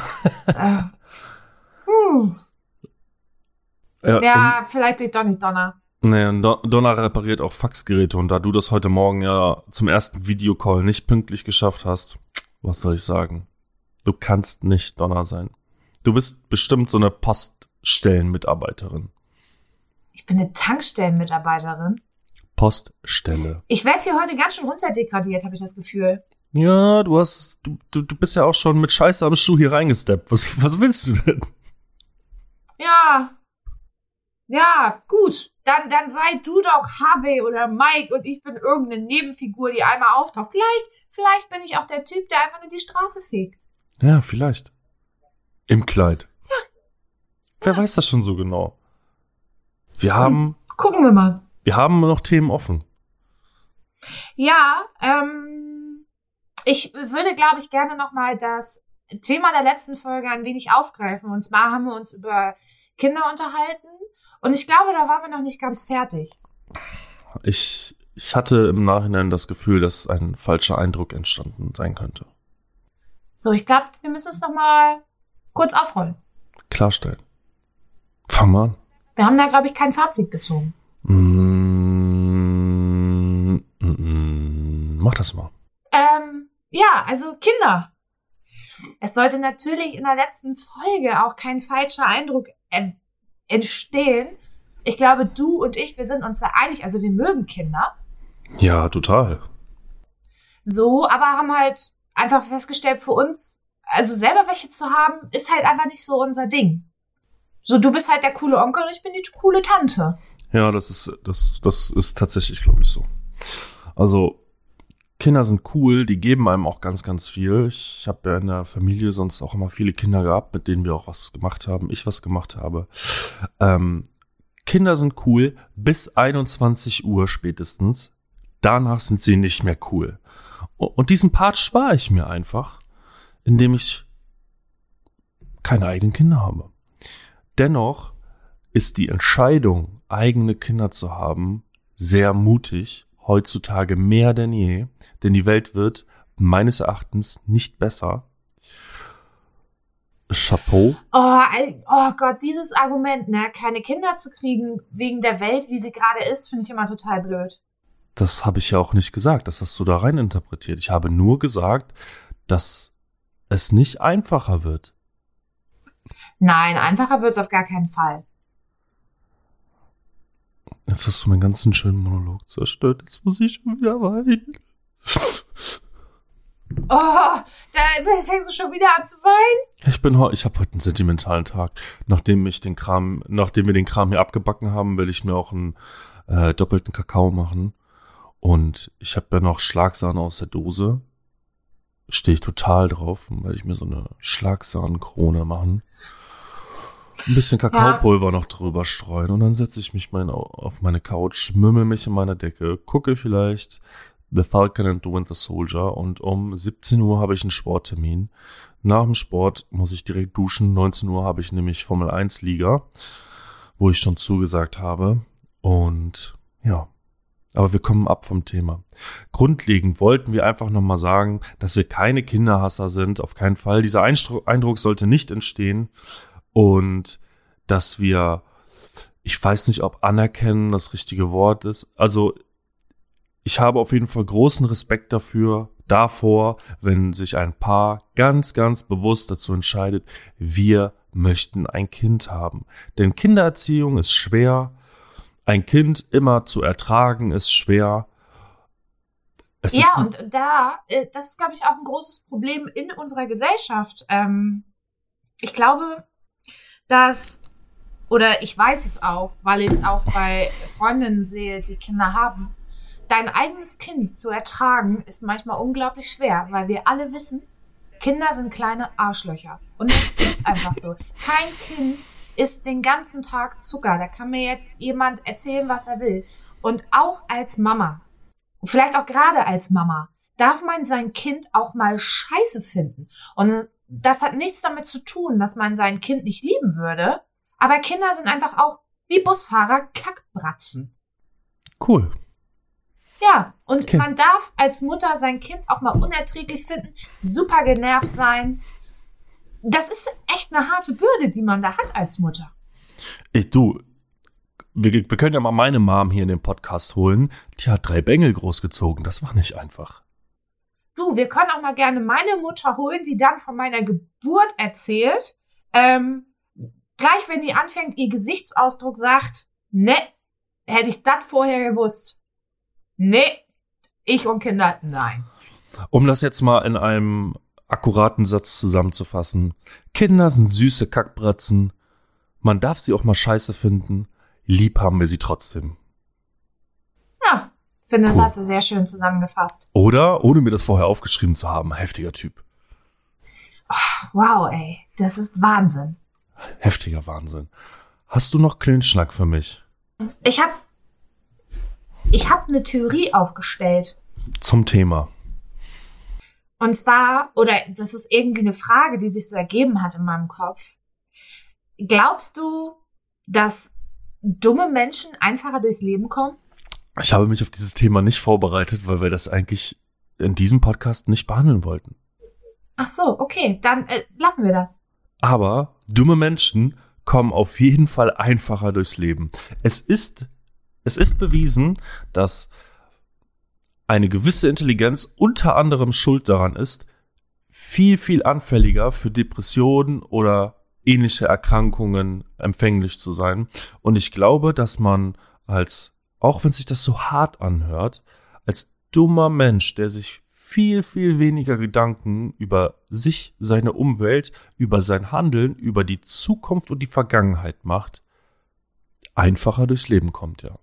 Ja, vielleicht bin ich doch nicht Donna. Nee, Donna repariert auch Faxgeräte und da du das heute Morgen ja zum ersten Videocall nicht pünktlich geschafft hast, was soll ich sagen? Du kannst nicht Donna sein. Du bist bestimmt so eine Poststellenmitarbeiterin. Ich bin eine Tankstellenmitarbeiterin. Poststelle. Ich werde hier heute ganz schön runterdegradiert, habe ich das Gefühl. Ja, du bist ja auch schon mit Scheiße am Schuh hier reingesteppt. Was willst du denn? Ja, gut. Dann sei du doch Harvey oder Mike und ich bin irgendeine Nebenfigur, die einmal auftaucht. Vielleicht bin ich auch der Typ, der einfach nur die Straße fegt. Ja, vielleicht. Im Kleid. Ja. Wer weiß das schon so genau? Gucken wir mal. Wir haben noch Themen offen. Ja, ich würde, glaube ich, gerne nochmal das Thema der letzten Folge ein wenig aufgreifen. Und zwar haben wir uns über Kinder unterhalten. Und ich glaube, da waren wir noch nicht ganz fertig. Ich hatte im Nachhinein das Gefühl, dass ein falscher Eindruck entstanden sein könnte. So, ich glaube, wir müssen es nochmal kurz aufrollen. Klarstellen. Fang mal an. Wir haben da, glaube ich, kein Fazit gezogen. Mach das mal. Ja, also Kinder. Es sollte natürlich in der letzten Folge auch kein falscher Eindruck entstehen. Ich glaube, du und ich, wir sind uns da einig. Also wir mögen Kinder. Ja, total. So, aber haben halt einfach festgestellt, für uns, also selber welche zu haben, ist halt einfach nicht so unser Ding. So, du bist halt der coole Onkel und ich bin die coole Tante. Ja, das ist tatsächlich, glaube ich, so. Also, Kinder sind cool, die geben einem auch ganz, ganz viel. Ich habe ja in der Familie sonst auch immer viele Kinder gehabt, mit denen wir auch was gemacht haben, ich was gemacht habe. Kinder sind cool bis 21 Uhr spätestens. Danach sind sie nicht mehr cool. Und diesen Part spare ich mir einfach, indem ich keine eigenen Kinder habe. Dennoch ist die Entscheidung, eigene Kinder zu haben, sehr mutig, heutzutage mehr denn je, denn die Welt wird meines Erachtens nicht besser. Chapeau. Oh Gott, dieses Argument, ne, keine Kinder zu kriegen wegen der Welt, wie sie gerade ist, finde ich immer total blöd. Das habe ich ja auch nicht gesagt, das hast du da rein interpretiert. Ich habe nur gesagt, dass es nicht einfacher wird. Nein, einfacher wird's auf gar keinen Fall. Jetzt hast du meinen ganzen schönen Monolog zerstört. Jetzt muss ich schon wieder weinen. Oh, da fängst du schon wieder an zu weinen? Ich habe heute einen sentimentalen Tag. Nachdem wir den Kram hier abgebacken haben, will ich mir auch einen doppelten Kakao machen. Und ich habe ja noch Schlagsahne aus der Dose. Stehe ich total drauf, weil ich mir so eine Schlagsahnen-Krone machen. Ein bisschen Kakaopulver noch drüber streuen und dann setze ich mich auf meine Couch, mümmel mich in meiner Decke, gucke vielleicht The Falcon and the Winter Soldier und um 17 Uhr habe ich einen Sporttermin. Nach dem Sport muss ich direkt duschen. 19 Uhr habe ich nämlich Formel 1 Liga, wo ich schon zugesagt habe. Und ja, aber wir kommen ab vom Thema. Grundlegend wollten wir einfach nochmal sagen, dass wir keine Kinderhasser sind, auf keinen Fall. Dieser Eindruck sollte nicht entstehen. Und dass wir, ich weiß nicht, ob anerkennen das richtige Wort ist. Also ich habe auf jeden Fall großen Respekt davor, wenn sich ein Paar ganz, ganz bewusst dazu entscheidet, wir möchten ein Kind haben. Denn Kindererziehung ist schwer. Ein Kind immer zu ertragen ist schwer. Und das ist, glaube ich, auch ein großes Problem in unserer Gesellschaft. Ich glaube, ich weiß es auch, weil ich es auch bei Freundinnen sehe, die Kinder haben. Dein eigenes Kind zu ertragen, ist manchmal unglaublich schwer, weil wir alle wissen, Kinder sind kleine Arschlöcher. Und das ist einfach so. Kein Kind isst den ganzen Tag Zucker. Da kann mir jetzt jemand erzählen, was er will. Und auch als Mama, vielleicht auch gerade als Mama, darf man sein Kind auch mal scheiße finden. Und das hat nichts damit zu tun, dass man sein Kind nicht lieben würde. Aber Kinder sind einfach auch wie Busfahrer Kackbratzen. Cool. Ja, und man darf als Mutter sein Kind auch mal unerträglich finden, super genervt sein. Das ist echt eine harte Bürde, die man da hat als Mutter. Wir können ja mal meine Mom hier in den Podcast holen. Die hat 3 Bengel großgezogen. Das war nicht einfach. Du, wir können auch mal gerne meine Mutter holen, die dann von meiner Geburt erzählt. Gleich, wenn die anfängt, ihr Gesichtsausdruck sagt, ne, hätte ich das vorher gewusst. Ne, ich und Kinder, nein. Um das jetzt mal in einem akkuraten Satz zusammenzufassen. Kinder sind süße Kackbratzen. Man darf sie auch mal scheiße finden. Lieb haben wir sie trotzdem. Ja, finde, das hast du sehr schön zusammengefasst. Oder, ohne mir das vorher aufgeschrieben zu haben, heftiger Typ. Oh, wow, ey, das ist Wahnsinn. Heftiger Wahnsinn. Hast du noch Klönschnack für mich? Ich hab eine Theorie aufgestellt. Zum Thema. Und zwar, oder das ist irgendwie eine Frage, die sich so ergeben hat in meinem Kopf. Glaubst du, dass dumme Menschen einfacher durchs Leben kommen? Ich habe mich auf dieses Thema nicht vorbereitet, weil wir das eigentlich in diesem Podcast nicht behandeln wollten. Ach so, okay, dann lassen wir das. Aber dumme Menschen kommen auf jeden Fall einfacher durchs Leben. Es ist bewiesen, dass eine gewisse Intelligenz unter anderem schuld daran ist, viel, viel anfälliger für Depressionen oder ähnliche Erkrankungen empfänglich zu sein. Und ich glaube, dass man auch wenn sich das so hart anhört, als dummer Mensch, der sich viel, viel weniger Gedanken über sich, seine Umwelt, über sein Handeln, über die Zukunft und die Vergangenheit macht, einfacher durchs Leben kommt, ja.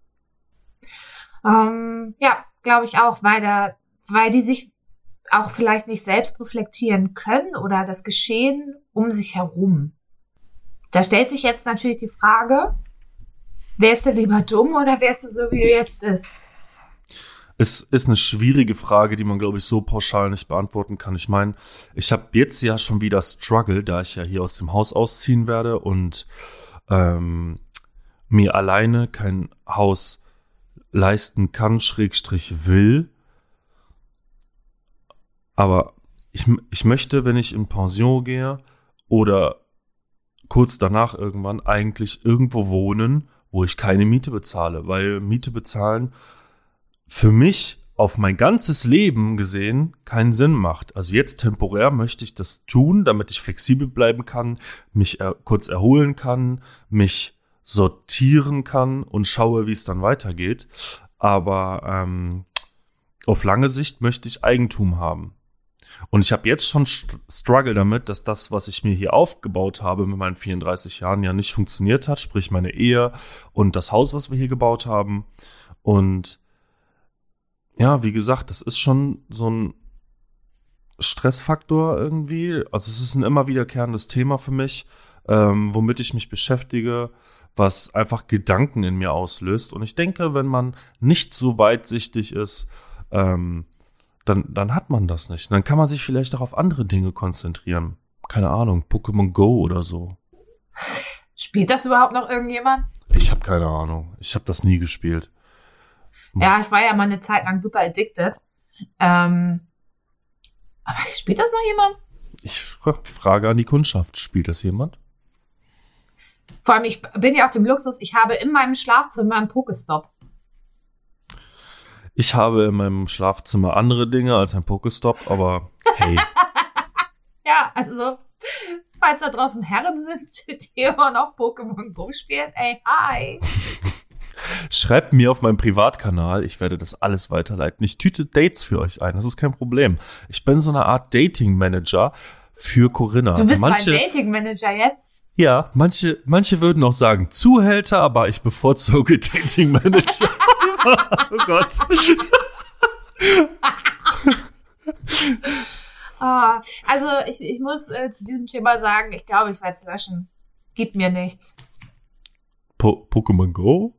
Ja, glaube ich auch, weil die sich auch vielleicht nicht selbst reflektieren können oder das Geschehen um sich herum. Da stellt sich jetzt natürlich die Frage, wärst du lieber dumm oder wärst du so, wie du jetzt bist? Es ist eine schwierige Frage, die man, glaube ich, so pauschal nicht beantworten kann. Ich meine, ich habe jetzt ja schon wieder Struggle, da ich ja hier aus dem Haus ausziehen werde und mir alleine kein Haus leisten kann, / will. Aber ich möchte, wenn ich in Pension gehe oder kurz danach irgendwann, eigentlich irgendwo wohnen, wo ich keine Miete bezahle. Weil Miete bezahlen für mich auf mein ganzes Leben gesehen keinen Sinn macht. Also jetzt temporär möchte ich das tun, damit ich flexibel bleiben kann, mich kurz erholen kann, mich sortieren kann und schaue, wie es dann weitergeht. Aber auf lange Sicht möchte ich Eigentum haben. Und ich habe jetzt schon Struggle damit, dass das, was ich mir hier aufgebaut habe mit meinen 34 Jahren, ja nicht funktioniert hat. Sprich meine Ehe und das Haus, was wir hier gebaut haben. Und ja, wie gesagt, das ist schon so ein Stressfaktor irgendwie. Also es ist ein immer wiederkehrendes Thema für mich, womit ich mich beschäftige, was einfach Gedanken in mir auslöst. Und ich denke, wenn man nicht so weitsichtig ist, dann hat man das nicht. Dann kann man sich vielleicht auch auf andere Dinge konzentrieren. Keine Ahnung, Pokémon Go oder so. Spielt das überhaupt noch irgendjemand? Ich habe keine Ahnung. Ich habe das nie gespielt. Ja, ich war ja mal eine Zeit lang super addicted. Aber spielt das noch jemand? Ich frage an die Kundschaft. Spielt das jemand? Vor allem, ich bin ja auf dem Luxus, ich habe in meinem Schlafzimmer einen Pokestop. Ich habe in meinem Schlafzimmer andere Dinge als ein Pokestop, aber hey. Ja, also, falls da draußen Herren sind, die immer noch Pokémon Go spielen, ey, hi. Schreibt mir auf meinem Privatkanal, ich werde das alles weiterleiten. Ich tüte Dates für euch ein, das ist kein Problem. Ich bin so eine Art Dating-Manager für Corinna. Du bist mein Dating-Manager jetzt? Ja, manche würden auch sagen Zuhälter, aber ich bevorzuge Dating-Manager. Oh Gott. Also ich muss zu diesem Thema sagen, ich glaube, ich werde es löschen. Gibt mir nichts. Pokémon Go?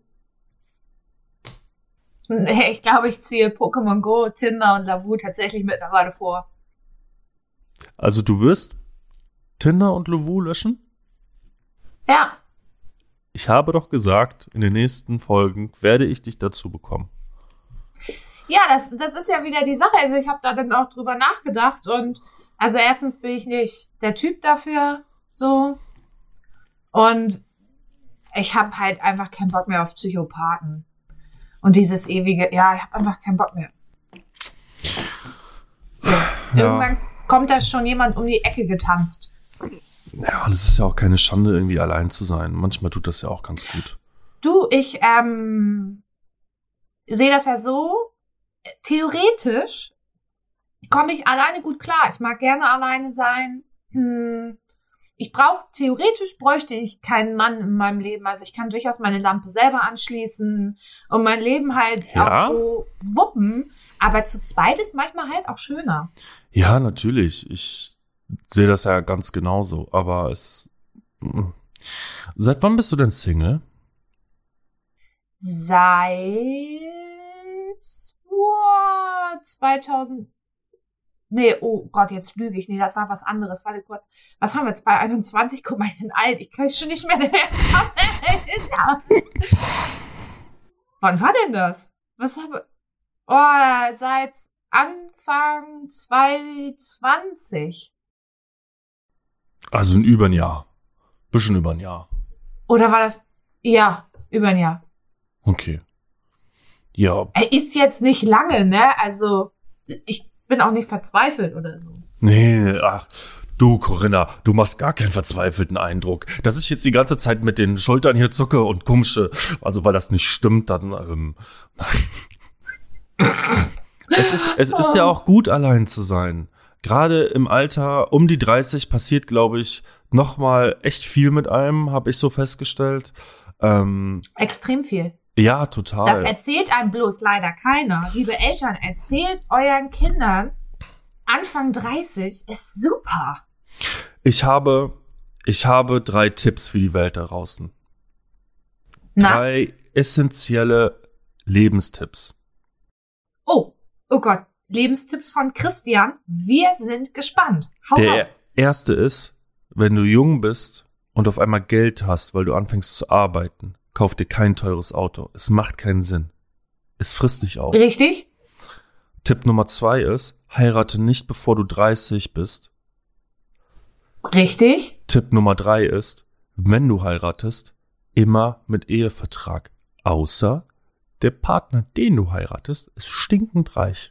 Nee, ich glaube, ich ziehe Pokémon Go, Tinder und Lavu tatsächlich mittlerweile vor. Also du wirst Tinder und Lavu löschen? Ja. Ich habe doch gesagt, in den nächsten Folgen werde ich dich dazu bekommen. Ja, das ist ja wieder die Sache. Also ich habe da dann auch drüber nachgedacht und also erstens bin ich nicht der Typ dafür so und ich habe halt einfach keinen Bock mehr auf Psychopathen und dieses ewige, ja, ich habe einfach keinen Bock mehr. So, irgendwann kommt da schon jemand um die Ecke getanzt. Ja, das ist ja auch keine Schande, irgendwie allein zu sein. Manchmal tut das ja auch ganz gut. Du, ich sehe das ja so, theoretisch komme ich alleine gut klar. Ich mag gerne alleine sein. Theoretisch bräuchte ich keinen Mann in meinem Leben. Also ich kann durchaus meine Lampe selber anschließen und mein Leben halt auch so wuppen. Aber zu zweit ist manchmal halt auch schöner. Ja, natürlich. Ich sehe das ja ganz genauso. Aber seit wann bist du denn Single? Seit 2000. Nee, oh Gott, jetzt lüge ich. Nee, das war was anderes. Warte kurz. Was haben wir? 2021? Guck mal, ich bin alt. Ich kann schon nicht mehr jetzt erinnern. Wann war denn das? Was habe? Oh, seit Anfang 2020. Also über ein Jahr. Bisschen über ein Jahr. Oder war das? Ja, über ein Jahr. Okay. Ja. Er ist jetzt nicht lange, ne? Also, ich bin auch nicht verzweifelt oder so. Nee, ach, du Corinna, du machst gar keinen verzweifelten Eindruck. Dass ich jetzt die ganze Zeit mit den Schultern hier zucke und komische, also weil das nicht stimmt, dann, Es ist ja auch gut, allein zu sein. Gerade im Alter um die 30 passiert, glaube ich, nochmal echt viel mit einem, habe ich so festgestellt. Extrem viel. Ja, total. Das erzählt einem bloß leider keiner. Liebe Eltern, erzählt euren Kindern, Anfang 30 ist super. Ich habe 3 Tipps für die Welt da draußen. 3 essentielle Lebenstipps. Oh Gott. Lebenstipps von Christian. Wir sind gespannt. Hau raus. Der erste ist, wenn du jung bist und auf einmal Geld hast, weil du anfängst zu arbeiten, kauf dir kein teures Auto. Es macht keinen Sinn. Es frisst dich auf. Richtig? Tipp Nummer 2 ist, heirate nicht, bevor du 30 bist. Richtig? Tipp Nummer 3 ist, wenn du heiratest, immer mit Ehevertrag. Außer der Partner, den du heiratest, ist stinkend reich.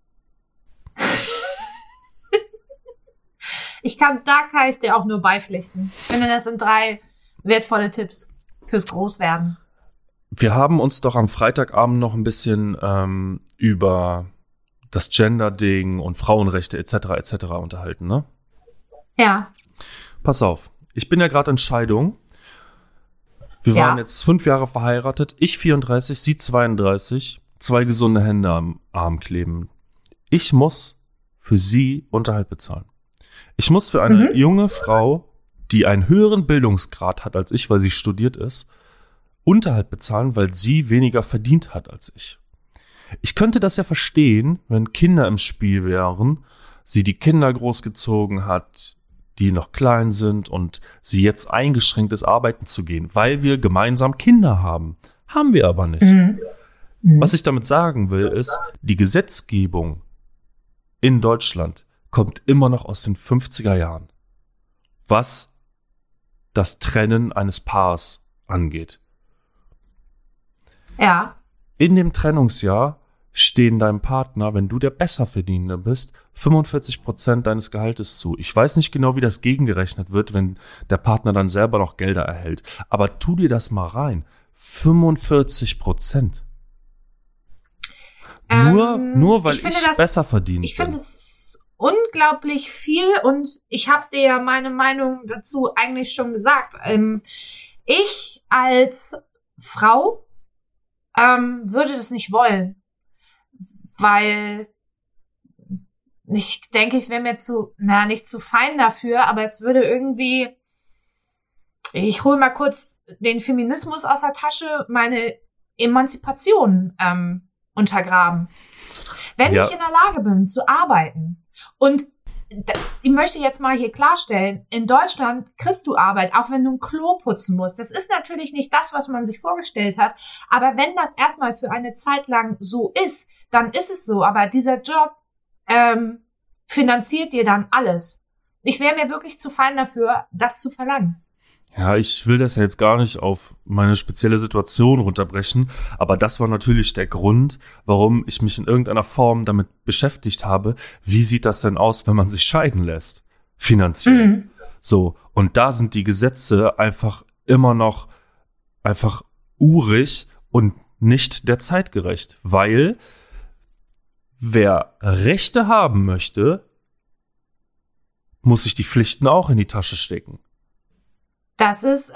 Da kann ich dir auch nur beipflichten. Ich finde, das sind 3 wertvolle Tipps fürs Großwerden. Wir haben uns doch am Freitagabend noch ein bisschen über das Gender-Ding und Frauenrechte etc. unterhalten, ne? Ja. Pass auf, ich bin ja gerade in Scheidung. Wir waren jetzt 5 Jahre verheiratet. Ich 34, sie 32. 2 gesunde Hände am Arm kleben. Ich muss für sie Unterhalt bezahlen. Ich muss für eine junge Frau, die einen höheren Bildungsgrad hat als ich, weil sie studiert ist, Unterhalt bezahlen, weil sie weniger verdient hat als ich. Ich könnte das ja verstehen, wenn Kinder im Spiel wären, sie die Kinder großgezogen hat, die noch klein sind und sie jetzt eingeschränkt ist, arbeiten zu gehen, weil wir gemeinsam Kinder haben. Haben wir aber nicht. Was ich damit sagen will, ist, die Gesetzgebung in Deutschland kommt immer noch aus den 50er Jahren, was das Trennen eines Paars angeht. Ja. In dem Trennungsjahr stehen deinem Partner, wenn du der Besserverdienende bist, 45% deines Gehaltes zu. Ich weiß nicht genau, wie das gegengerechnet wird, wenn der Partner dann selber noch Gelder erhält. Aber tu dir das mal rein. 45%. Nur weil ich besser verdient bin. Ich finde es unglaublich viel und ich habe dir ja meine Meinung dazu eigentlich schon gesagt. Ich als Frau würde das nicht wollen, weil ich denke, ich wäre mir nicht zu fein dafür, aber es würde irgendwie, ich hole mal kurz den Feminismus aus der Tasche, meine Emanzipation untergraben. Wenn ich in der Lage bin, zu arbeiten und ich möchte jetzt mal hier klarstellen, in Deutschland kriegst du Arbeit, auch wenn du ein Klo putzen musst. Das ist natürlich nicht das, was man sich vorgestellt hat. Aber wenn das erstmal für eine Zeit lang so ist, dann ist es so. Aber dieser Job finanziert dir dann alles. Ich wäre mir wirklich zu fein dafür, das zu verlangen. Ja, ich will das ja jetzt gar nicht auf meine spezielle Situation runterbrechen, aber das war natürlich der Grund, warum ich mich in irgendeiner Form damit beschäftigt habe. Wie sieht das denn aus, wenn man sich scheiden lässt? Finanziell. So. Und da sind die Gesetze einfach immer noch einfach urig und nicht der Zeit gerecht, weil wer Rechte haben möchte, muss sich die Pflichten auch in die Tasche stecken. Das ist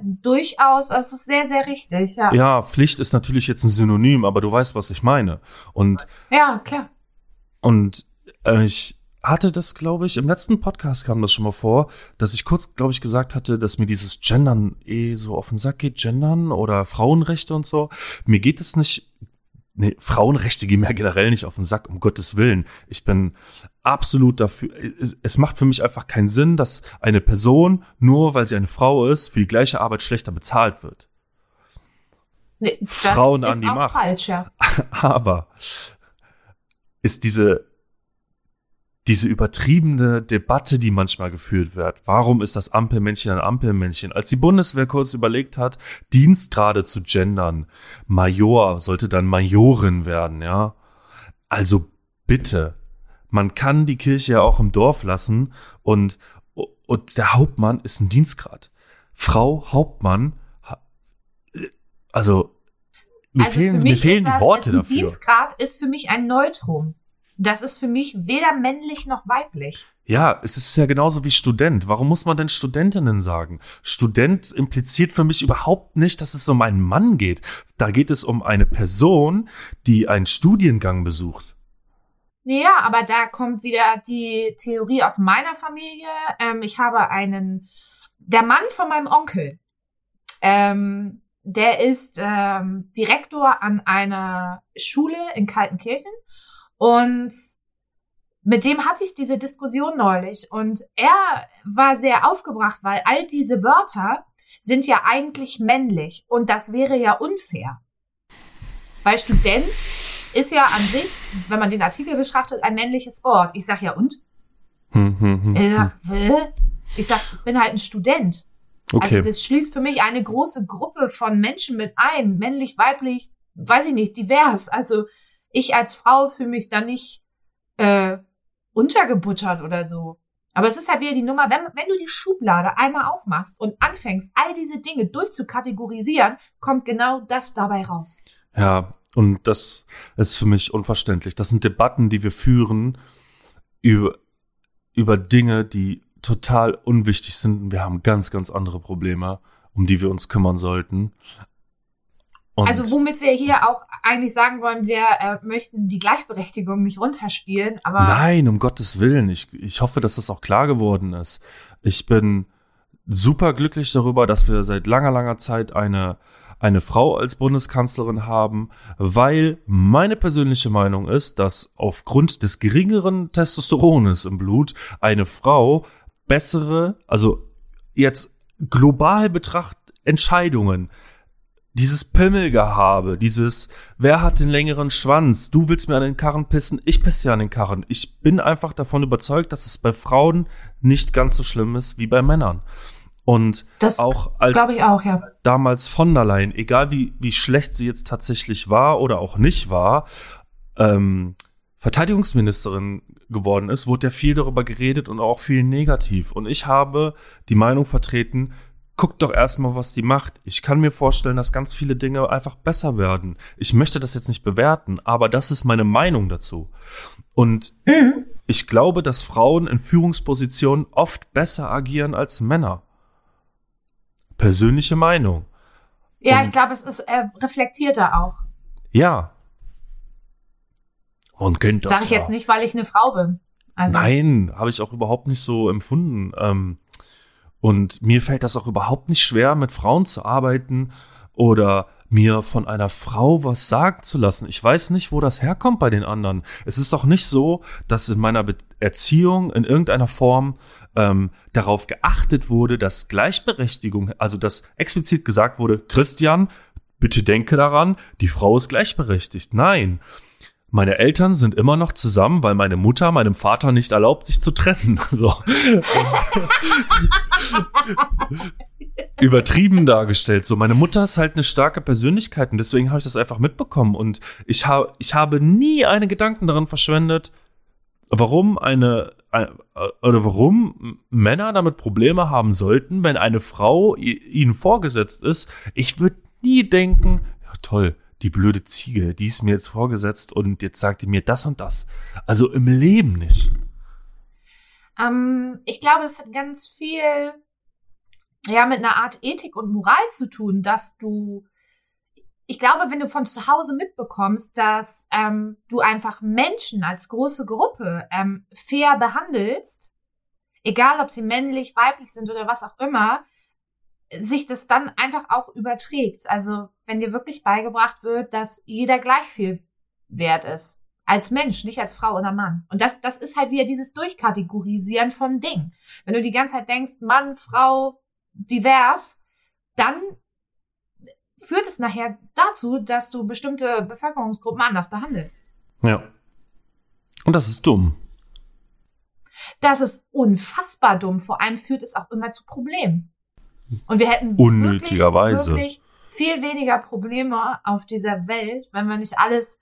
das ist sehr, sehr richtig, ja. Ja, Pflicht ist natürlich jetzt ein Synonym, aber du weißt, was ich meine. Und ja, klar. Und ich hatte das, glaube ich, im letzten Podcast kam das schon mal vor, dass ich kurz, glaube ich, gesagt hatte, dass mir dieses Gendern so auf den Sack geht, Gendern oder Frauenrechte und so. Mir geht es nicht. Nee, Frauenrechte gehen mir generell nicht auf den Sack, um Gottes Willen. Ich bin absolut dafür. Es macht für mich einfach keinen Sinn, dass eine Person, nur weil sie eine Frau ist, für die gleiche Arbeit schlechter bezahlt wird. Nee, Frauen das an die ist auch Macht. falsch, ja. Aber ist diese übertriebene Debatte, die manchmal geführt wird. Warum ist das Ampelmännchen ein Ampelmännchen? Als die Bundeswehr kurz überlegt hat, Dienstgrade zu gendern, Major sollte dann Majorin werden, ja? Also bitte, man kann die Kirche ja auch im Dorf lassen und der Hauptmann ist ein Dienstgrad. Frau Hauptmann, mir fehlen die Worte dafür. Dienstgrad ist für mich ein Neutrum. Das ist für mich weder männlich noch weiblich. Ja, es ist ja genauso wie Student. Warum muss man denn Studentinnen sagen? Student impliziert für mich überhaupt nicht, dass es um einen Mann geht. Da geht es um eine Person, die einen Studiengang besucht. Ja, aber da kommt wieder die Theorie aus meiner Familie. Ich habe der Mann von meinem Onkel, der ist Direktor an einer Schule in Kaltenkirchen. Und mit dem hatte ich diese Diskussion neulich und er war sehr aufgebracht, weil all diese Wörter sind ja eigentlich männlich und das wäre ja unfair. Weil Student ist ja an sich, wenn man den Artikel betrachtet, ein männliches Wort. Ich sag ja, und? Ich sag, bin halt ein Student. Okay. Also das schließt für mich eine große Gruppe von Menschen mit ein. Männlich, weiblich, weiß ich nicht, divers. Also ich als Frau fühle mich da nicht untergebuttert oder so. Aber es ist halt wieder die Nummer, wenn du die Schublade einmal aufmachst und anfängst, all diese Dinge durchzukategorisieren, kommt genau das dabei raus. Ja, und das ist für mich unverständlich. Das sind Debatten, die wir führen über Dinge, die total unwichtig sind. Und wir haben ganz, ganz andere Probleme, um die wir uns kümmern sollten. Und also womit wir hier auch eigentlich sagen wollen, wir möchten die Gleichberechtigung nicht runterspielen, aber... Nein, um Gottes Willen. Ich hoffe, dass das auch klar geworden ist. Ich bin super glücklich darüber, dass wir seit langer, langer Zeit eine Frau als Bundeskanzlerin haben, weil meine persönliche Meinung ist, dass aufgrund des geringeren Testosterones im Blut eine Frau bessere, also jetzt global betrachtet Entscheidungen, dieses Pimmelgehabe, dieses, wer hat den längeren Schwanz, du willst mir an den Karren pissen, ich pisse ja an den Karren. Ich bin einfach davon überzeugt, dass es bei Frauen nicht ganz so schlimm ist wie bei Männern. Und das auch als glaube ich auch, ja. Damals von der Leyen, egal wie schlecht sie jetzt tatsächlich war oder auch nicht war, Verteidigungsministerin geworden ist, wurde ja viel darüber geredet und auch viel negativ. Und ich habe die Meinung vertreten, guckt doch erstmal, was die macht. Ich kann mir vorstellen, dass ganz viele Dinge einfach besser werden. Ich möchte das jetzt nicht bewerten, aber das ist meine Meinung dazu. Und ich glaube, dass Frauen in Führungspositionen oft besser agieren als Männer. Persönliche Meinung. Ja, Und ich glaube, es ist reflektierter auch. ja. Man kennt das. Sag ich jetzt nicht, weil ich eine Frau bin. Also, Nein, habe ich auch überhaupt nicht so empfunden. Und mir fällt das auch überhaupt nicht schwer, mit Frauen zu arbeiten oder mir von einer Frau was sagen zu lassen. Ich weiß nicht, wo das herkommt bei den anderen. Es ist doch nicht so, dass in meiner Erziehung in irgendeiner Form darauf geachtet wurde, dass Gleichberechtigung, also dass explizit gesagt wurde, Christian, bitte denke daran, die Frau ist gleichberechtigt. Nein. Meine Eltern sind immer noch zusammen, weil meine Mutter meinem Vater nicht erlaubt, sich zu trennen. So. Übertrieben dargestellt. So, meine Mutter ist halt eine starke Persönlichkeit und deswegen habe ich das einfach mitbekommen. Und ich habe nie einen Gedanken daran verschwendet, warum warum Männer damit Probleme haben sollten, wenn eine Frau ihnen vorgesetzt ist. Ich würde nie denken, ja toll, die blöde Ziege, die ist mir jetzt vorgesetzt und jetzt sagt die mir das und das. Also im Leben nicht. ich glaube, es hat ganz viel ja mit einer Art Ethik und Moral zu tun, dass ich glaube, wenn du von zu Hause mitbekommst, dass du einfach Menschen als große Gruppe fair behandelst, egal ob sie männlich, weiblich sind oder was auch immer, sich das dann einfach auch überträgt. Also wenn dir wirklich beigebracht wird, dass jeder gleich viel wert ist. Als Mensch, nicht als Frau oder Mann. Und das ist halt wieder dieses Durchkategorisieren von Dingen. Wenn du die ganze Zeit denkst, Mann, Frau, divers, dann führt es nachher dazu, dass du bestimmte Bevölkerungsgruppen anders behandelst. Ja. Und das ist dumm. Das ist unfassbar dumm. Vor allem führt es auch immer zu Problemen. Und wir hätten unnötigerweise wirklich viel weniger Probleme auf dieser Welt, wenn wir nicht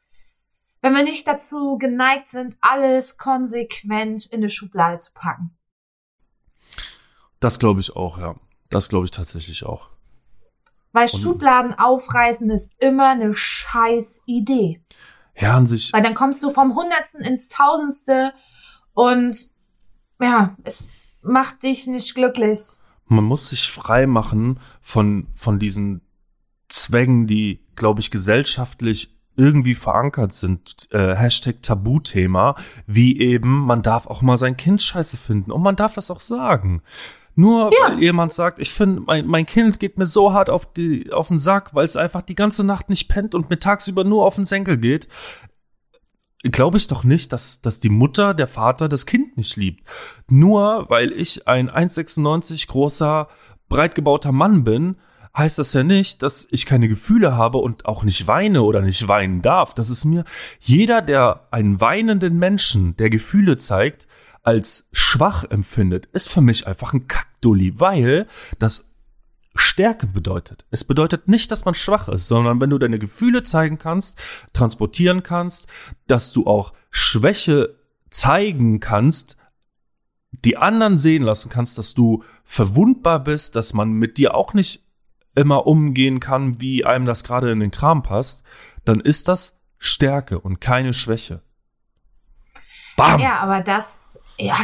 dazu geneigt sind, alles konsequent in eine Schublade zu packen. Das glaube ich auch, ja. Das glaube ich tatsächlich auch. Weil Schubladen aufreißen ist immer eine scheiß Idee. Ja, an sich. Weil dann kommst du vom Hundertsten ins Tausendste und ja, es macht dich nicht glücklich. Man muss sich frei machen von diesen Zwängen, die, glaube ich, gesellschaftlich irgendwie verankert sind. Hashtag Tabuthema, wie eben, man darf auch mal sein Kind scheiße finden und man darf das auch sagen. Nur weil jemand sagt, ich finde, mein Kind geht mir so hart auf den Sack, weil es einfach die ganze Nacht nicht pennt und mir tagsüber nur auf den Senkel geht, glaube ich doch nicht, dass die Mutter, der Vater das Kind nicht liebt. Nur weil ich ein 1,96 großer, breit gebauter Mann bin, heißt das ja nicht, dass ich keine Gefühle habe und auch nicht weine oder nicht weinen darf. Das ist mir jeder, der einen weinenden Menschen, der Gefühle zeigt, als schwach empfindet, ist für mich einfach ein Kackdulli, weil das Stärke bedeutet. Es bedeutet nicht, dass man schwach ist, sondern wenn du deine Gefühle zeigen kannst, transportieren kannst, dass du auch Schwäche zeigen kannst, die anderen sehen lassen kannst, dass du verwundbar bist, dass man mit dir auch nicht immer umgehen kann, wie einem das gerade in den Kram passt, dann ist das Stärke und keine Schwäche. Bam! Ja, aber das,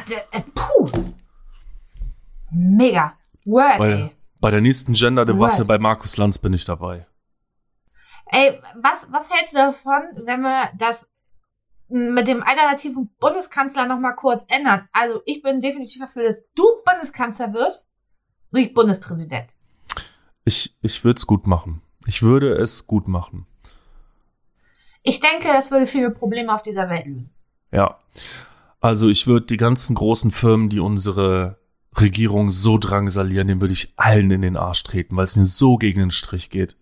mega. Word, ey. Bei der nächsten Gender-Debatte bei Markus Lanz bin ich dabei. Ey, was hältst du davon, wenn wir das mit dem alternativen Bundeskanzler noch mal kurz ändern? Also ich bin definitiv dafür, dass du Bundeskanzler wirst und ich Bundespräsident. Ich würde es gut machen. Ich würde es gut machen. Ich denke, das würde viele Probleme auf dieser Welt lösen. Ja, also ich würde die ganzen großen Firmen, die unsere Regierung so drangsalieren, den würde ich allen in den Arsch treten, weil es mir so gegen den Strich geht.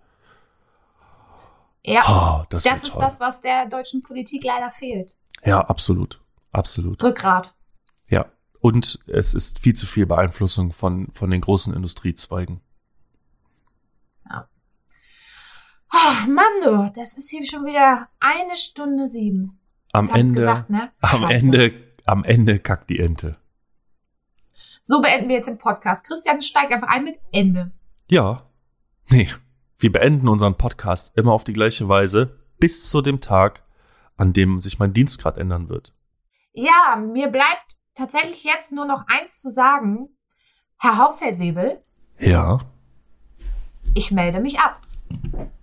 Ja, das ist toll. Das, was der deutschen Politik leider fehlt. Ja, absolut. Absolut. Rückgrat. Ja, und es ist viel zu viel Beeinflussung von den großen Industriezweigen. Ja. Oh, Mann, du, das ist hier schon wieder 1:07. Am Ende, gesagt, ne? am Ende kackt die Ente. So beenden wir jetzt den Podcast. Christian steigt einfach ein mit Ende. Ja. Nee. Wir beenden unseren Podcast immer auf die gleiche Weise bis zu dem Tag, an dem sich mein Dienstgrad ändern wird. Ja, mir bleibt tatsächlich jetzt nur noch eins zu sagen. Herr Hauptfeldwebel. Ja. Ich melde mich ab.